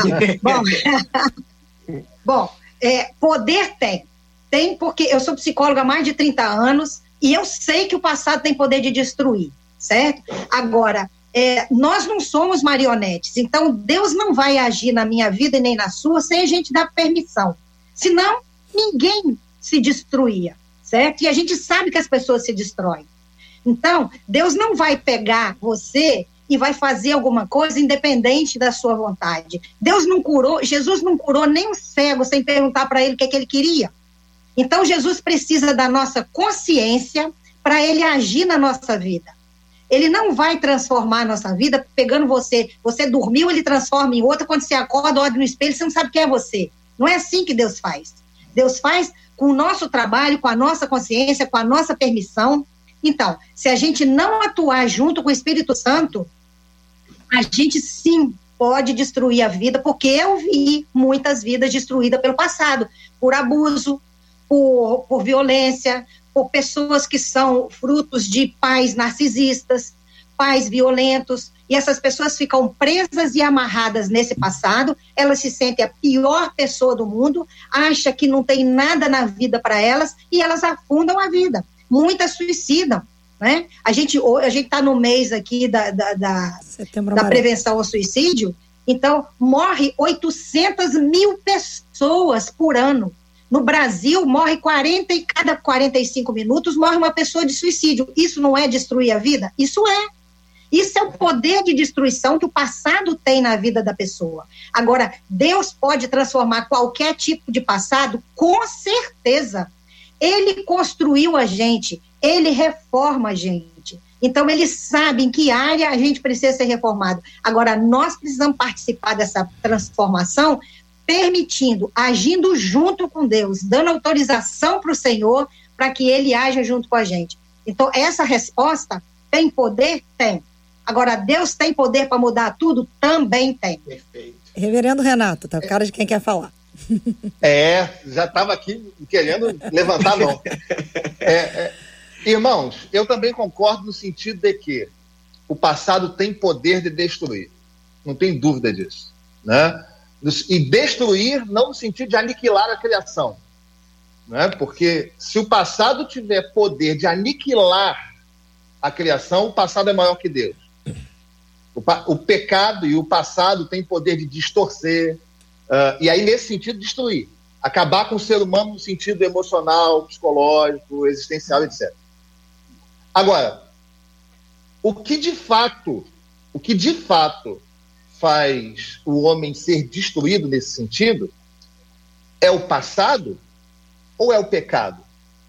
bom... bom, é, poder tem. Tem porque eu sou psicóloga há mais de trinta anos e eu sei que o passado tem poder de destruir, certo? Agora, é, nós não somos marionetes, então Deus não vai agir na minha vida e nem na sua sem a gente dar permissão. Senão, ninguém se destruía, certo? E a gente sabe que as pessoas se destroem. Então, Deus não vai pegar você e vai fazer alguma coisa independente da sua vontade. Deus não curou, Jesus não curou nem um cego sem perguntar para ele o que, é que ele queria. Então, Jesus precisa da nossa consciência para ele agir na nossa vida. Ele não vai transformar a nossa vida pegando você. Você dormiu, ele transforma em outra. Quando você acorda, olha no espelho, você não sabe quem é você. Não é assim que Deus faz. Deus faz com o nosso trabalho, com a nossa consciência, com a nossa permissão. Então, se a gente não atuar junto com o Espírito Santo, a gente sim pode destruir a vida, porque eu vi muitas vidas destruídas pelo passado, por abuso, por, por violência, por pessoas que são frutos de pais narcisistas, pais violentos, e essas pessoas ficam presas e amarradas nesse passado, elas se sentem a pior pessoa do mundo, acham que não tem nada na vida para elas, e elas afundam a vida. Muitas suicidam, né? A gente a gente está no mês aqui da, da, da, da prevenção ao suicídio, então morre oitocentas mil pessoas por ano. No Brasil, morre quarenta e cada quarenta e cinco minutos morre uma pessoa de suicídio. Isso não é destruir a vida? Isso é. Isso é o poder de destruição que o passado tem na vida da pessoa. Agora, Deus pode transformar qualquer tipo de passado? Com certeza. Ele construiu a gente, ele reforma a gente. Então, ele sabe em que área a gente precisa ser reformado. Agora, nós precisamos participar dessa transformação permitindo, agindo junto com Deus, dando autorização para o Senhor para que ele haja junto com a gente. Então, essa resposta tem poder? Tem. Agora, Deus tem poder para mudar tudo? Também tem. Perfeito. Reverendo Renato, tá o cara de quem quer falar. É, já estava aqui querendo levantar a mão. É, é, irmãos, eu também concordo no sentido de que o passado tem poder de destruir. Não tem dúvida disso, né? E destruir não no sentido de aniquilar a criação, né? Porque se o passado tiver poder de aniquilar a criação, o passado é maior que Deus. O, o pecado e o passado têm poder de distorcer, uh, e aí nesse sentido destruir, acabar com o ser humano no sentido emocional, psicológico, existencial, etcétera. Agora, o que de fato, o que de fato faz o homem ser destruído nesse sentido é o passado ou é o pecado?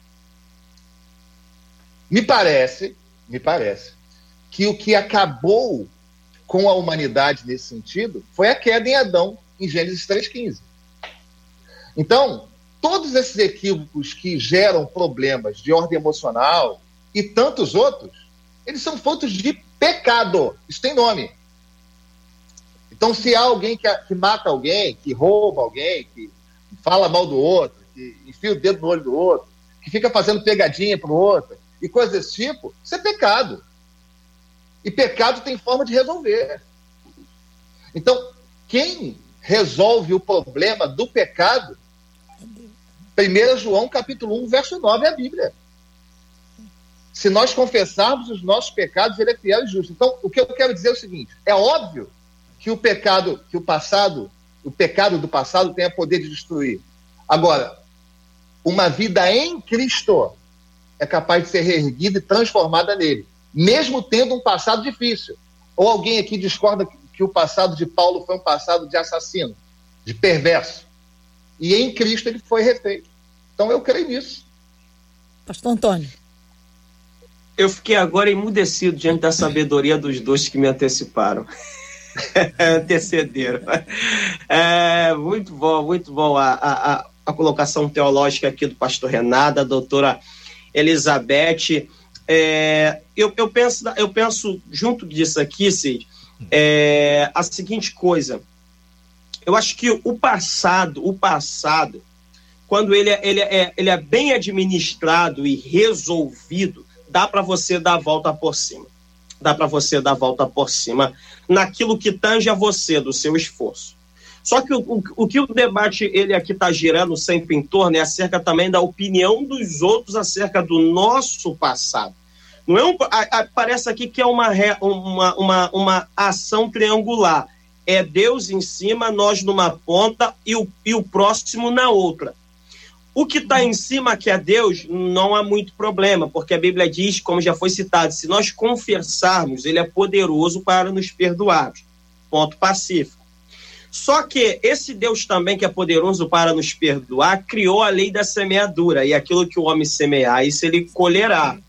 Me parece, me parece que o que acabou com a humanidade nesse sentido foi a queda em Adão, em Gênesis três quinze. Então, todos esses equívocos que geram problemas de ordem emocional e tantos outros, eles são frutos de pecado. Isso tem nome. Então, se há alguém que, que mata alguém, que rouba alguém, que fala mal do outro, que enfia o dedo no olho do outro, que fica fazendo pegadinha pro outro, e coisas desse tipo, isso é pecado. E pecado tem forma de resolver. Então, quem resolve o problema do pecado, primeiro João capítulo um, verso nove, é a Bíblia. Se nós confessarmos os nossos pecados, ele é fiel e justo. Então, o que eu quero dizer é o seguinte, é óbvio que o pecado, que o passado, o pecado do passado tenha poder de destruir. Agora, uma vida em Cristo é capaz de ser reerguida e transformada nele, mesmo tendo um passado difícil. Ou alguém aqui discorda que o passado de Paulo foi um passado de assassino, de perverso. E em Cristo ele foi refeito. Então eu creio nisso. Pastor Antônio. Eu fiquei agora emudecido diante da sabedoria dos dois que me anteciparam. Antecederam. É, muito bom, muito bom a, a, a colocação teológica aqui do pastor Renato, da doutora Elizabeth. É, eu, eu, penso, eu penso, junto disso aqui, Cid, é, a seguinte coisa. Eu acho que o passado, o passado, quando ele é, ele é, ele é bem administrado e resolvido, dá para você dar a volta por cima. Dá para você dar a volta por cima naquilo que tange a você, do seu esforço. Só que o, o, o que o debate ele aqui está girando sempre em torno é acerca também da opinião dos outros acerca do nosso passado. Não é um, a, a, parece aqui que é uma, uma, uma, uma ação triangular. É Deus em cima, nós numa ponta e o, e o próximo na outra. O que está em cima, que é Deus, não há muito problema, porque a Bíblia diz, como já foi citado, se nós confessarmos, ele é poderoso para nos perdoar. Ponto pacífico. Só que esse Deus também, que é poderoso para nos perdoar, criou a lei da semeadura, e aquilo que o homem semear, isso ele colherá.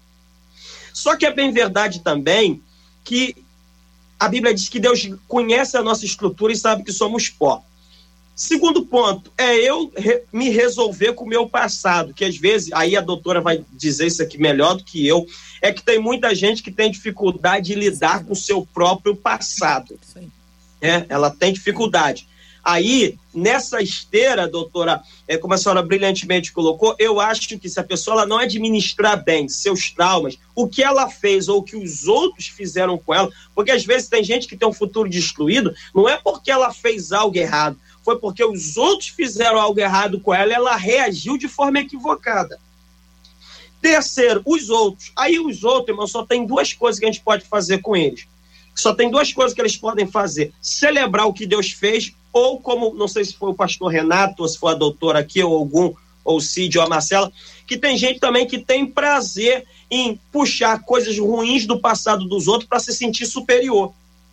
Só que é bem verdade também que a Bíblia diz que Deus conhece a nossa estrutura e sabe que somos pó. Segundo ponto, é eu re, me resolver com o meu passado, que às vezes, aí a doutora vai dizer isso aqui melhor do que eu, é que tem muita gente que tem dificuldade de lidar com o seu próprio passado. É, ela tem dificuldade. Aí, nessa esteira, doutora, é, como a senhora brilhantemente colocou, eu acho que se a pessoa ela não administrar bem seus traumas, o que ela fez ou o que os outros fizeram com ela, porque às vezes tem gente que tem um futuro destruído, não é porque ela fez algo errado, foi porque os outros fizeram algo errado com ela e ela reagiu de forma equivocada. Terceiro, os outros. Aí os outros, irmão, só tem duas coisas que a gente pode fazer com eles. Só tem duas coisas que eles podem fazer. Celebrar o que Deus fez, ou como, não sei se foi o pastor Renato, ou se foi a doutora aqui, ou algum, ou o Cid, ou a Marcela, que tem gente também que tem prazer em puxar coisas ruins do passado dos outros para se sentir superior.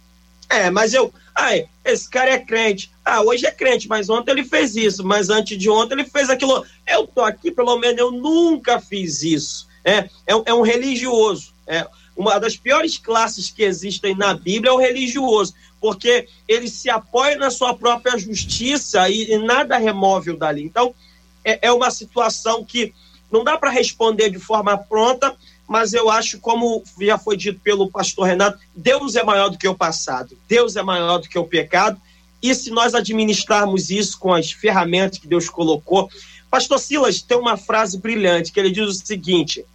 É, mas eu... Ai, esse cara é crente. Ah, hoje é crente, mas ontem ele fez isso, mas antes de ontem ele fez aquilo. Eu tô aqui, pelo menos eu nunca fiz isso. É, é, é um religioso. É, uma das piores classes que existem na Bíblia é o religioso, porque ele se apoia na sua própria justiça e, e nada remove o dali. Então, é, é uma situação que não dá para responder de forma pronta, mas eu acho, como já foi dito pelo pastor Renato, Deus é maior do que o passado, Deus é maior do que o pecado, e se nós administrarmos isso com as ferramentas que Deus colocou... Pastor Silas tem uma frase brilhante, que ele diz o seguinte: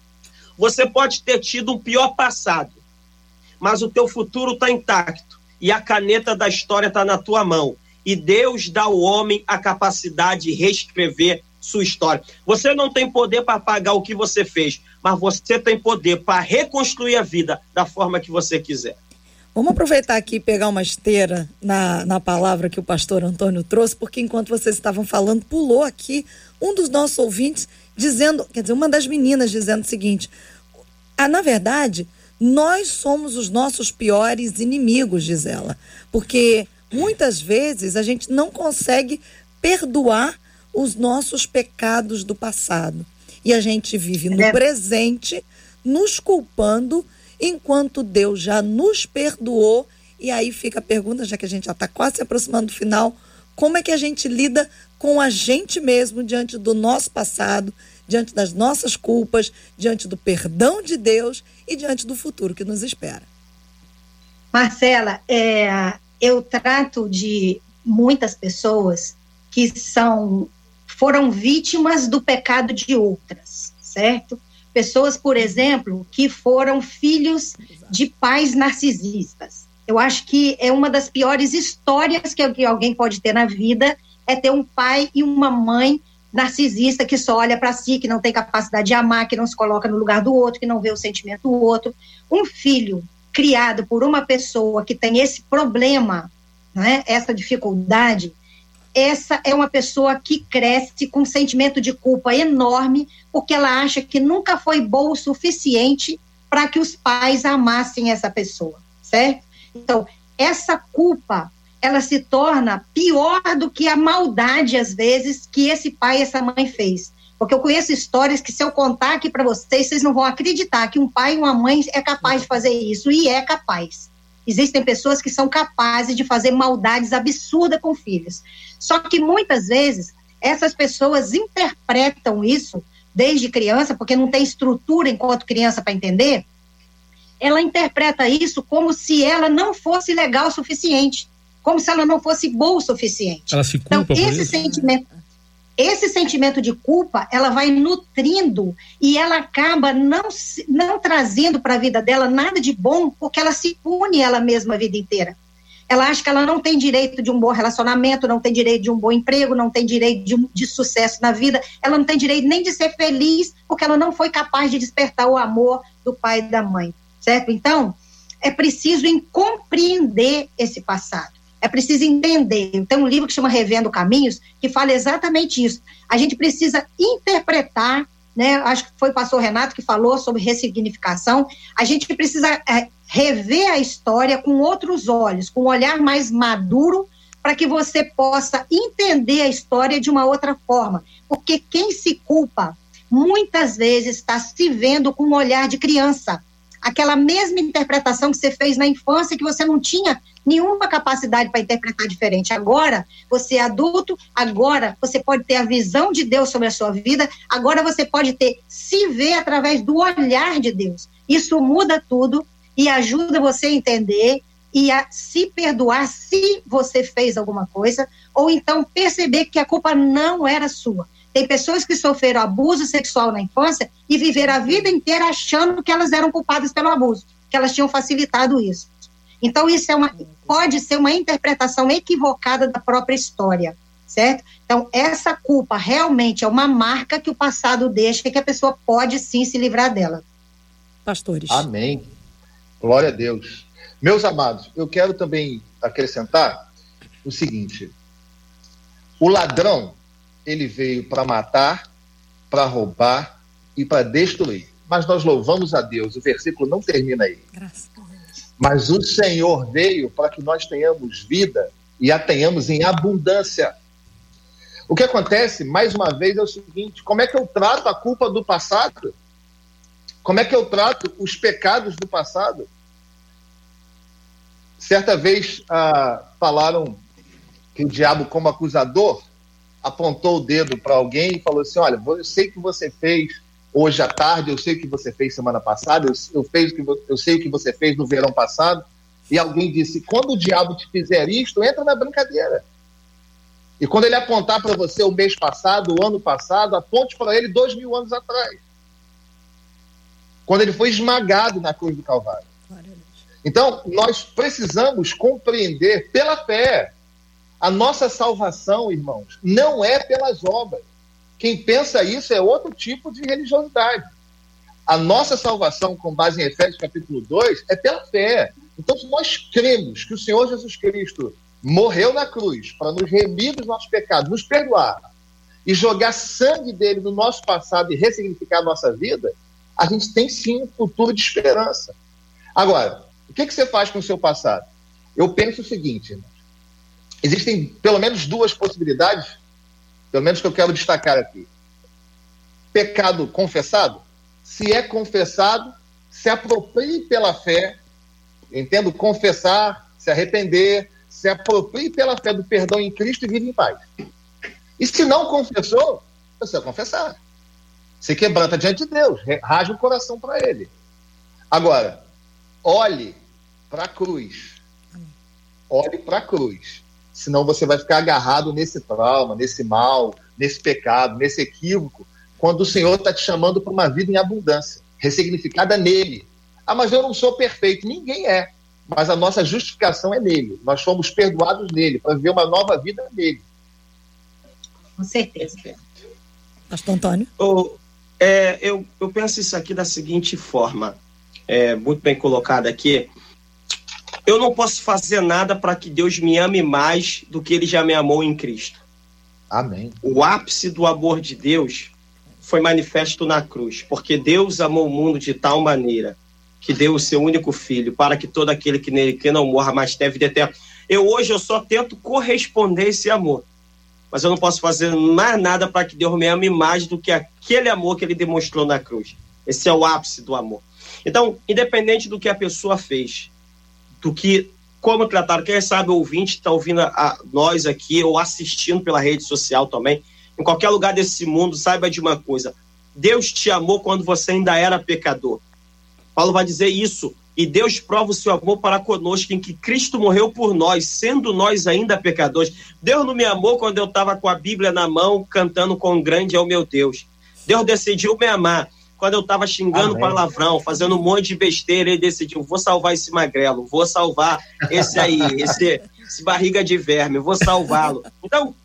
você pode ter tido um pior passado, mas o teu futuro está intacto, e a caneta da história está na tua mão, e Deus dá ao homem a capacidade de reescrever sua história. Você não tem poder para apagar o que você fez, mas você tem poder para reconstruir a vida da forma que você quiser. Vamos aproveitar aqui e pegar uma esteira na, na palavra que o pastor Antônio trouxe, porque enquanto vocês estavam falando, pulou aqui um dos nossos ouvintes dizendo, quer dizer, uma das meninas dizendo o seguinte: ah, na verdade, nós somos os nossos piores inimigos, diz ela, porque muitas vezes a gente não consegue perdoar os nossos pecados do passado. E a gente vive no presente, nos culpando, enquanto Deus já nos perdoou. E aí fica a pergunta, já que a gente já está quase se aproximando do final, como é que a gente lida com a gente mesmo diante do nosso passado, diante das nossas culpas, diante do perdão de Deus e diante do futuro que nos espera? Marcela, é, eu trato de muitas pessoas que são... foram vítimas do pecado de outras, certo? Pessoas, por exemplo, que foram filhos de pais narcisistas. Eu acho que é uma das piores histórias que alguém pode ter na vida, é ter um pai e uma mãe narcisista que só olha para si, que não tem capacidade de amar, que não se coloca no lugar do outro, que não vê o sentimento do outro. Um filho criado por uma pessoa que tem esse problema, né, essa dificuldade, essa é uma pessoa que cresce com um sentimento de culpa enorme, porque ela acha que nunca foi boa o suficiente para que os pais amassem essa pessoa, certo? Então, essa culpa, ela se torna pior do que a maldade, às vezes, que esse pai e essa mãe fez. Porque eu conheço histórias que, se eu contar aqui para vocês, vocês não vão acreditar que um pai e uma mãe é capaz de fazer isso, e é capaz. Existem pessoas que são capazes de fazer maldades absurdas com filhos. Só que, muitas vezes, essas pessoas interpretam isso desde criança, porque não tem estrutura enquanto criança para entender, ela interpreta isso como se ela não fosse legal o suficiente, como se ela não fosse boa o suficiente. Ela se culpa então, por esse isso? sentimento, esse sentimento de culpa, ela vai nutrindo e ela acaba não, não trazendo para a vida dela nada de bom, porque ela se pune ela mesma a vida inteira. Ela acha que ela não tem direito de um bom relacionamento, não tem direito de um bom emprego, não tem direito de, um, de sucesso na vida, ela não tem direito nem de ser feliz, porque ela não foi capaz de despertar o amor do pai e da mãe, certo? Então, é preciso compreender esse passado. É preciso entender. Tem um livro que chama Revendo Caminhos, que fala exatamente isso. A gente precisa interpretar, né? Acho que foi o pastor Renato que falou sobre ressignificação. A gente precisa é, rever a história com outros olhos, com um olhar mais maduro, para que você possa entender a história de uma outra forma. Porque quem se culpa, muitas vezes está se vendo com um olhar de criança. Aquela mesma interpretação que você fez na infância, que você não tinha nenhuma capacidade para interpretar diferente. Agora, você é adulto, agora você pode ter a visão de Deus sobre a sua vida, agora você pode ter, se ver através do olhar de Deus. Isso muda tudo e ajuda você a entender e a se perdoar se você fez alguma coisa, ou então perceber que a culpa não era sua. Tem pessoas que sofreram abuso sexual na infância e viveram a vida inteira achando que elas eram culpadas pelo abuso, que elas tinham facilitado isso. Então, isso é uma, pode ser uma interpretação equivocada da própria história, certo? Então, essa culpa realmente é uma marca que o passado deixa e que a pessoa pode sim se livrar dela. Pastores. Amém. Glória a Deus. Meus amados, eu quero também acrescentar o seguinte: o ladrão, ele veio para matar, para roubar e para destruir. Mas nós louvamos a Deus, o versículo não termina aí. Graças a Deus. Mas o Senhor veio para que nós tenhamos vida e a tenhamos em abundância. O que acontece, mais uma vez, é o seguinte: como é que eu trato a culpa do passado? Como é que eu trato os pecados do passado? Certa vez ah, falaram que o diabo, como acusador, apontou o dedo para alguém e falou assim: olha, eu sei que você fez hoje à tarde, eu sei o que você fez semana passada, eu, eu, fez o que, eu sei o que você fez no verão passado. E alguém disse: quando o diabo te fizer isto, entra na brincadeira. E quando ele apontar para você o mês passado, o ano passado, aponte para ele dois mil anos atrás, quando ele foi esmagado na cruz do Calvário. Então, nós precisamos compreender pela fé. A nossa salvação, irmãos, não é pelas obras. Quem pensa isso é outro tipo de religiosidade. A nossa salvação, com base em Efésios capítulo dois, é pela fé. Então, se nós cremos que o Senhor Jesus Cristo morreu na cruz para nos remir dos nossos pecados, nos perdoar e jogar sangue dele no nosso passado e ressignificar a nossa vida, a gente tem sim um futuro de esperança. Agora, o que, que você faz com o seu passado? Eu penso o seguinte, irmãos. Existem pelo menos duas possibilidades, pelo menos que eu quero destacar aqui. Pecado confessado. Se é confessado, se aproprie pela fé, entendo, confessar, se arrepender, se aproprie pela fé do perdão em Cristo e vive em paz. E se não confessou, você vai confessar. Se quebranta diante de Deus, rasga o coração para Ele. Agora, olhe para a cruz. Olhe para a cruz. Senão você vai ficar agarrado nesse trauma, nesse mal, nesse pecado, nesse equívoco, quando o Senhor está te chamando para uma vida em abundância, ressignificada nele. Ah, mas eu não sou perfeito. Ninguém é. Mas a nossa justificação é nele. Nós fomos perdoados nele, para viver uma nova vida nele. Com certeza. Pastor Antônio? Oh, é, eu, eu penso isso aqui da seguinte forma, é, muito bem colocado aqui. Eu não posso fazer nada para que Deus me ame mais do que Ele já me amou em Cristo. Amém. O ápice do amor de Deus foi manifesto na cruz, porque Deus amou o mundo de tal maneira que deu o seu único filho, para que todo aquele que nele que não morra, mas tenha vida eterna. Eu hoje eu só tento corresponder a esse amor, mas eu não posso fazer mais nada para que Deus me ame mais do que aquele amor que ele demonstrou na cruz. Esse é o ápice do amor. Então, independente do que a pessoa fez, do que, como trataram, quem sabe o ouvinte está ouvindo a, a nós aqui ou assistindo pela rede social também, em qualquer lugar desse mundo, saiba de uma coisa: Deus te amou quando você ainda era pecador. Paulo vai dizer isso, e Deus prova o seu amor para conosco em que Cristo morreu por nós, sendo nós ainda pecadores. Deus não me amou quando eu estava com a Bíblia na mão, cantando "Quão grande é o meu Deus". Deus decidiu me amar quando eu estava xingando palavrão, fazendo um monte de besteira. Ele decidiu: vou salvar esse magrelo, vou salvar esse aí, esse, esse barriga de verme, vou salvá-lo. Então,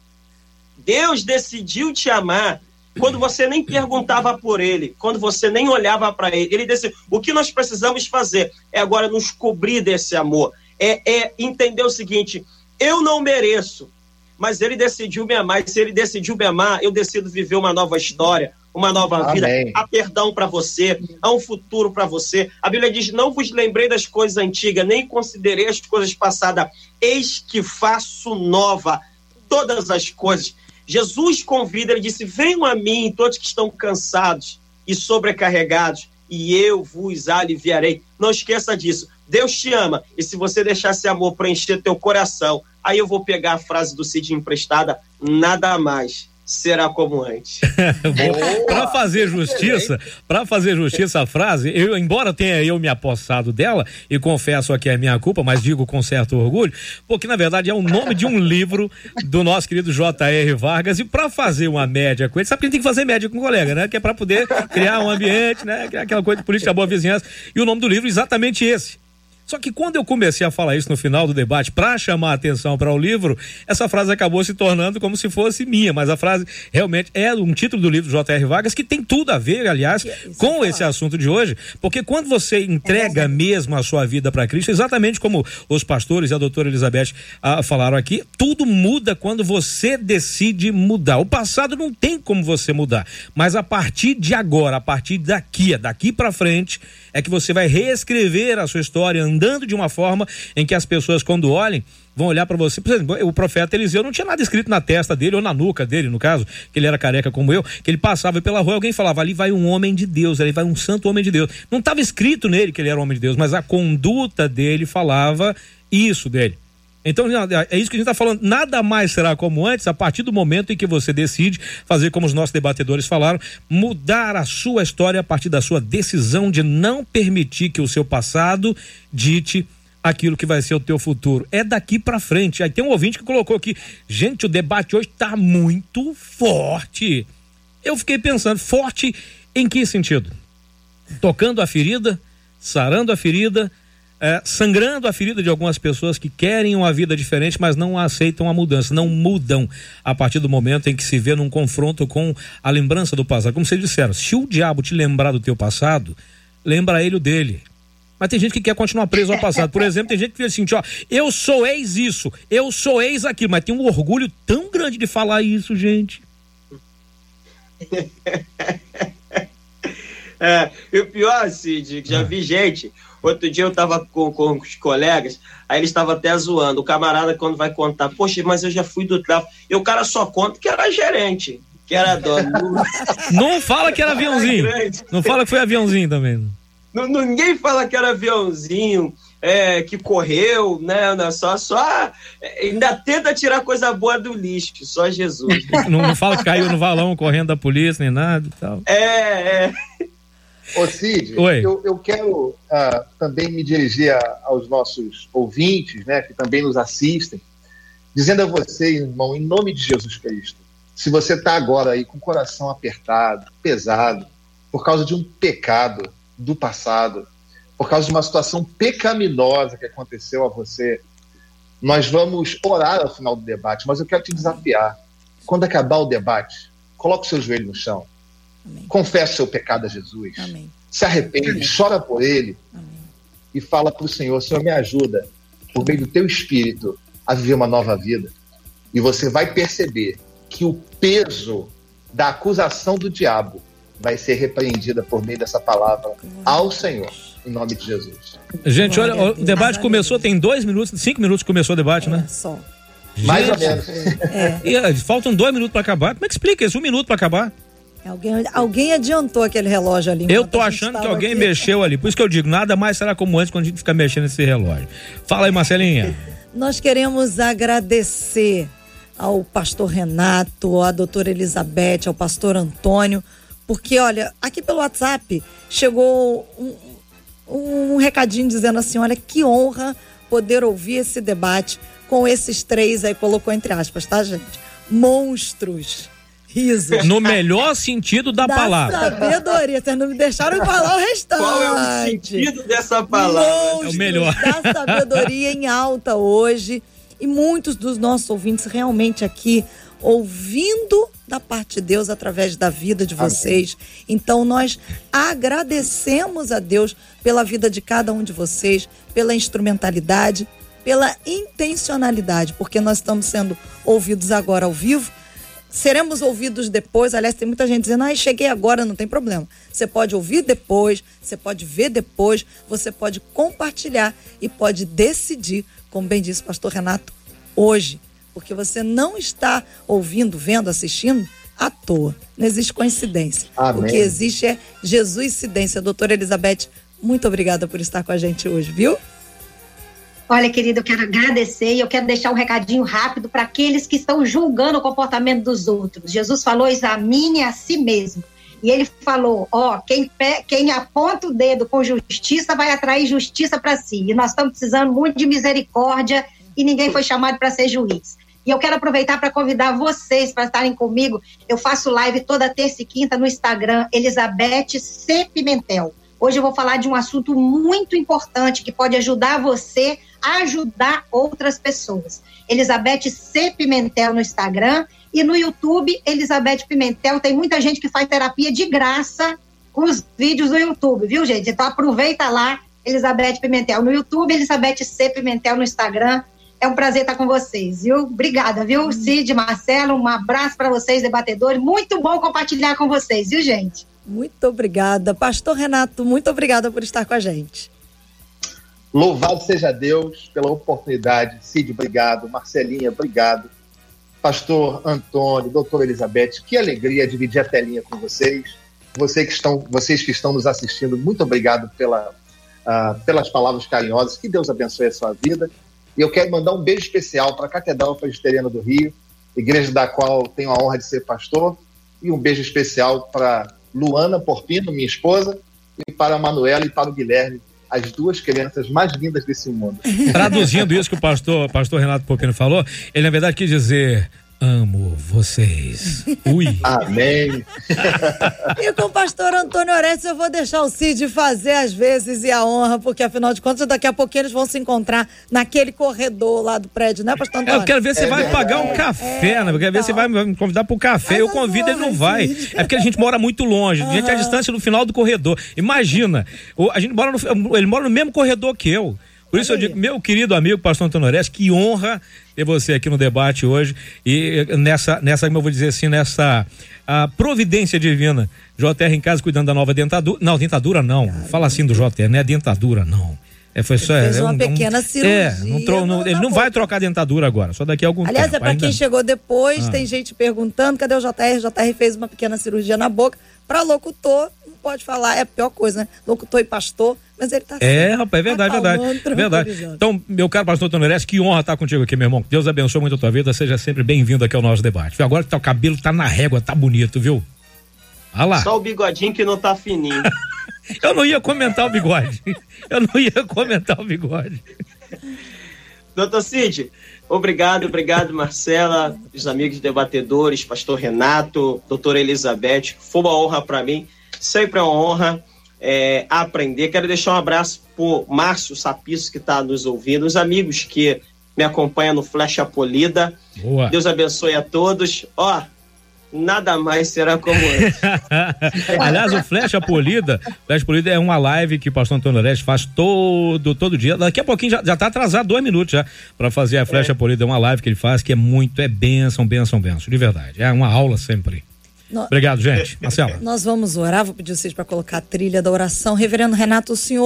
Deus decidiu te amar quando você nem perguntava por ele, quando você nem olhava para ele. Ele decidiu. O que nós precisamos fazer é agora nos cobrir desse amor, é, é entender o seguinte: eu não mereço, mas ele decidiu me amar, e se ele decidiu me amar, eu decido viver uma nova história, uma nova Amém. Vida. Há perdão para você, há um futuro para você. A Bíblia diz: não vos lembrei das coisas antigas, nem considerei as coisas passadas, eis que faço nova todas as coisas. Jesus convida, ele disse: venham a mim todos que estão cansados e sobrecarregados, e eu vos aliviarei. Não esqueça disso, Deus te ama, e se você deixar esse amor preencher teu coração, aí eu vou pegar a frase do Cid emprestada: nada mais será como antes. Para fazer justiça, para fazer justiça à frase, eu, embora tenha eu me apossado dela, e confesso aqui a minha culpa, mas digo com certo orgulho, porque na verdade é o nome de um livro do nosso querido J R Vargas, e para fazer uma média com ele, sabe que a gente tem que fazer média com o colega, né? Que é para poder criar um ambiente, né? Aquela coisa de política boa vizinhança, e o nome do livro é exatamente esse. Só que quando eu comecei a falar isso no final do debate, para chamar a atenção para o livro, essa frase acabou se tornando como se fosse minha, mas a frase realmente é um título do livro do J R Vargas, que tem tudo a ver, aliás, com esse assunto de hoje, porque quando você entrega mesmo a sua vida para Cristo, exatamente como os pastores e a doutora Elizabeth ah, falaram aqui, tudo muda quando você decide mudar. O passado não tem como você mudar, mas a partir de agora, a partir daqui, daqui para frente, é que você vai reescrever a sua história, andando de uma forma em que as pessoas, quando olhem, vão olhar para você. Por exemplo, o profeta Eliseu não tinha nada escrito na testa dele, ou na nuca dele, no caso, que ele era careca como eu, que ele passava pela rua, alguém falava: ali vai um homem de Deus, ali vai um santo homem de Deus. Não estava escrito nele que ele era um homem de Deus, mas a conduta dele falava isso dele. Então, é isso que a gente está falando. Nada mais será como antes, a partir do momento em que você decide fazer como os nossos debatedores falaram, mudar a sua história a partir da sua decisão de não permitir que o seu passado dite aquilo que vai ser o teu futuro. É daqui para frente. Aí tem um ouvinte que colocou aqui: gente, o debate hoje está muito forte. Eu fiquei pensando, forte em que sentido? Tocando a ferida, sarando a ferida, É, sangrando a ferida de algumas pessoas que querem uma vida diferente, mas não aceitam a mudança, não mudam a partir do momento em que se vê num confronto com a lembrança do passado. Como vocês disseram, se o diabo te lembrar do teu passado, lembra ele o dele. Mas tem gente que quer continuar preso ao passado. Por exemplo, tem gente que diz assim: ó, eu sou ex isso, eu sou ex aquilo, mas tem um orgulho tão grande de falar isso, gente. É, e o pior, Cid, já vi gente. Outro dia eu tava com, com os colegas, aí eles estavam até zoando. O camarada, quando vai contar: poxa, mas eu já fui do tráfico. E o cara só conta que era gerente, que era dono. Não fala que era aviãozinho. Não fala que foi aviãozinho também. Não, ninguém fala que era aviãozinho, é, que correu, né? Só, só ainda tenta tirar coisa boa do lixo, só Jesus. Não, não fala que caiu no valão correndo da polícia, nem nada e tal. É, é. Ô Cid, eu, eu quero uh, também me dirigir a, aos nossos ouvintes, né, que também nos assistem, dizendo a você, irmão, em nome de Jesus Cristo, se você está agora aí com o coração apertado, pesado, por causa de um pecado do passado, por causa de uma situação pecaminosa que aconteceu a você, nós vamos orar ao final do debate, mas eu quero te desafiar. Quando acabar o debate, coloque o seu joelho no chão. Amém. Confesse o seu pecado a Jesus. Amém. Se arrepende, Amém. Chora por ele. Amém. E fala para o Senhor: Senhor, me ajuda, por meio do teu Espírito, a viver uma nova vida. E você vai perceber que o peso da acusação do diabo vai ser repreendida por meio dessa palavra ao Senhor, em nome de Jesus. Gente, olha, o debate começou, tem dois minutos, cinco minutos que começou o debate, é, né? Só. Mais Gente, ou menos. É. E, uh, faltam dois minutos pra acabar. Como é que explica isso? Um minuto pra acabar? Alguém, alguém adiantou aquele relógio ali. Eu tô achando que alguém aqui. mexeu ali. Por isso que eu digo, nada mais será como antes quando a gente fica mexendo nesse relógio. Fala aí, Marcelinha. Nós queremos agradecer ao pastor Renato, à doutora Elizabeth, ao pastor Antônio, porque, olha, aqui pelo WhatsApp chegou um, um recadinho dizendo assim, olha, que honra poder ouvir esse debate com esses três, aí colocou entre aspas, tá, gente? Monstros. Risos. No melhor sentido da, da palavra. Sabedoria. Vocês não me deixaram falar o restante. Qual é o sentido dessa palavra? Monstros é o melhor. Da sabedoria em alta hoje. E muitos dos nossos ouvintes realmente aqui ouvindo da parte de Deus através da vida de vocês. Amém. Então nós agradecemos a Deus pela vida de cada um de vocês, pela instrumentalidade, pela intencionalidade, porque nós estamos sendo ouvidos agora ao vivo. Seremos ouvidos depois. Aliás, tem muita gente dizendo, ah, cheguei agora, não tem problema. Você pode ouvir depois, você pode ver depois, você pode compartilhar e pode decidir, como bem disse o pastor Renato, hoje. Porque você não está ouvindo, vendo, assistindo à toa. Não existe coincidência. Amém. O que existe é Jesuscidência. Doutora Elizabeth, muito obrigada por estar com a gente hoje, viu? Olha, querida, eu quero agradecer e eu quero deixar um recadinho rápido para aqueles que estão julgando o comportamento dos outros. Jesus falou, examine a si mesmo. E ele falou, ó, quem, quem aponta o dedo com justiça vai atrair justiça para si. E nós estamos precisando muito de misericórdia e ninguém foi chamado para ser juiz. E eu quero aproveitar para convidar vocês para estarem comigo. Eu faço live toda terça e quinta no Instagram, Elizabeth C. Pimentel. Hoje eu vou falar de um assunto muito importante que pode ajudar você a ajudar outras pessoas. Elizabeth C. Pimentel no Instagram e no YouTube, Elizabeth Pimentel. Tem muita gente que faz terapia de graça com os vídeos do YouTube, viu, gente? Então aproveita lá, Elizabeth Pimentel no YouTube, Elizabeth C. Pimentel no Instagram. É um prazer estar com vocês, viu? Obrigada, viu, Cid, Marcelo, um abraço para vocês, debatedores. Muito bom compartilhar com vocês, viu, gente? Muito obrigada. Pastor Renato, muito obrigada por estar com a gente. Louvado seja Deus pela oportunidade. Cid, obrigado. Marcelinha, obrigado. Pastor Antônio, doutora Elizabeth, que alegria dividir a telinha com vocês. Você que estão, vocês que estão nos assistindo, muito obrigado pela, uh, pelas palavras carinhosas. Que Deus abençoe a sua vida. E eu quero mandar um beijo especial para a Catedral Presbiteriana do Rio, igreja da qual tenho a honra de ser pastor, e um beijo especial para Luana Porpino, minha esposa, e para a Manuela e para o Guilherme, as duas crianças mais lindas desse mundo. Traduzindo isso que o pastor, pastor Renato Porpino falou, ele na verdade quis dizer, amo vocês. Ui. Amém. E com o pastor Antônio Orestes eu vou deixar o Cid fazer as vezes e a honra, porque afinal de contas daqui a pouquinho eles vão se encontrar naquele corredor lá do prédio, né, pastor Antônio? Eu quero ver se É vai verdade. pagar um café, É, né? Eu quero ver se vai me convidar pro café. Faz Eu as convido, ele não honras, vai. Cid. É porque a gente mora muito longe. A gente é a distância no final do corredor. Imagina, o- a gente mora no, ele mora no mesmo corredor que eu. Por isso eu digo, meu querido amigo pastor Antônio Orestes, que honra ter você aqui no debate hoje e nessa, nessa como eu vou dizer assim, nessa a providência divina. J R em casa cuidando da nova dentadura. Não, dentadura não. Fala assim do J R, não é dentadura não. É, foi só, fez é uma um, pequena um, cirurgia É, não tro, não, na- ele na não vai boca. trocar dentadura agora, só daqui a algum Aliás, tempo. é para ainda quem não. chegou depois, Ah. tem gente perguntando, cadê o J R? O J R fez uma pequena cirurgia na boca. Para locutor, não pode falar, é a pior coisa, né? Locutor e pastor, mas ele tá É, assim, rapaz, é verdade, acalmando, verdade. Verdade. tranquilizando. Então, meu caro pastor Antônio Orestes, que honra estar contigo aqui, meu irmão. Deus abençoe muito a tua vida, seja sempre bem-vindo aqui ao nosso debate. Viu? Agora que teu cabelo tá na régua, tá bonito, viu? Olha lá. Só o bigodinho que não tá fininho. Eu não ia comentar o bigode. Eu não ia comentar o bigode. Doutor Cid, obrigado, obrigado, Marcela, os amigos debatedores, pastor Renato, doutora Elizabeth, foi uma honra para mim, sempre é uma honra é, aprender. Quero deixar um abraço pro Márcio Sapiço, que está nos ouvindo, os amigos que me acompanham no Flecha Polida. Boa. Deus abençoe a todos. Ó, nada mais será como antes. Aliás, o Flecha Polida, Flecha Polida é uma live que o pastor Antônio Orestes faz todo, todo dia. Daqui a pouquinho já, já tá atrasado dois minutos já para fazer a Flecha é. Polida. É uma live que ele faz que é muito, é bênção, bênção, bênção, de verdade. É uma aula sempre. No... Obrigado, gente. Marcela. Nós vamos orar, vou pedir vocês para colocar a trilha da oração. Reverendo Renato, o senhor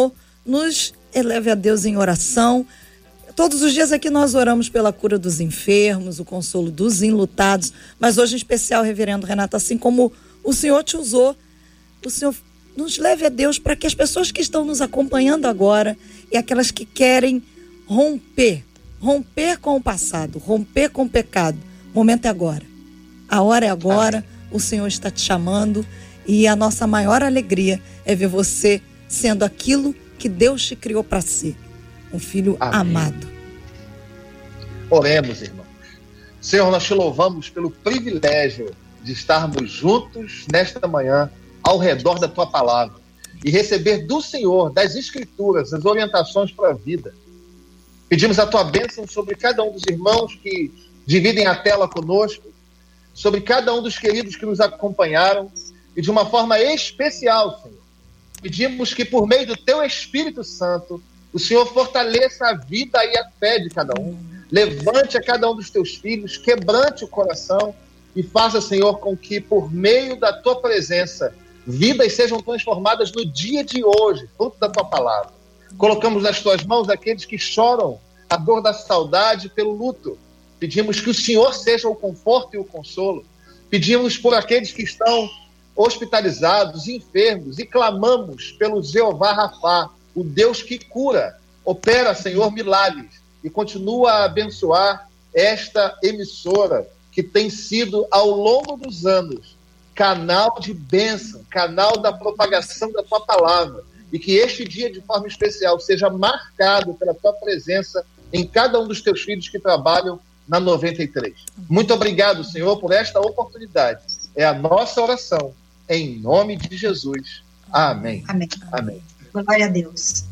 nos eleve a Deus em oração. Todos os dias aqui nós oramos pela cura dos enfermos, o consolo dos enlutados, mas hoje em especial, reverendo Renato, assim como o Senhor te usou, o Senhor nos leve a Deus para que as pessoas que estão nos acompanhando agora e aquelas que querem romper, romper com o passado, romper com o pecado, o momento é agora. A hora é agora, Amém. O Senhor está te chamando e a nossa maior alegria é ver você sendo aquilo que Deus te criou para ser, um filho Amém. Amado. Oremos, irmãos. Senhor, nós te louvamos pelo privilégio de estarmos juntos nesta manhã ao redor da tua palavra e receber do Senhor, das Escrituras, as orientações para a vida. Pedimos a tua bênção sobre cada um dos irmãos que dividem a tela conosco, sobre cada um dos queridos que nos acompanharam e de uma forma especial, Senhor. Pedimos que por meio do teu Espírito Santo o Senhor fortaleça a vida e a fé de cada um, levante a cada um dos teus filhos, quebrante o coração e faça, Senhor, com que por meio da tua presença vidas sejam transformadas no dia de hoje, fruto da tua palavra. Colocamos nas tuas mãos aqueles que choram a dor da saudade pelo luto. Pedimos que o Senhor seja o conforto e o consolo. Pedimos por aqueles que estão hospitalizados, enfermos, e clamamos pelo Jeová Rafá, o Deus que cura, opera, Senhor, milagres, e continua a abençoar esta emissora, que tem sido, ao longo dos anos, canal de bênção, canal da propagação da tua palavra, e que este dia, de forma especial, seja marcado pela tua presença em cada um dos teus filhos que trabalham na noventa e três. Muito obrigado, Senhor, por esta oportunidade. É a nossa oração, em nome de Jesus. Amém. Amém. Amém. Glória a Deus.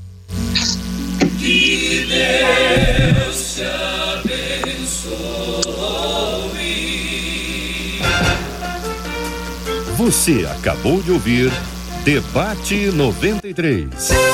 Que Deus te abençoe. Você acabou de ouvir Debate noventa e três.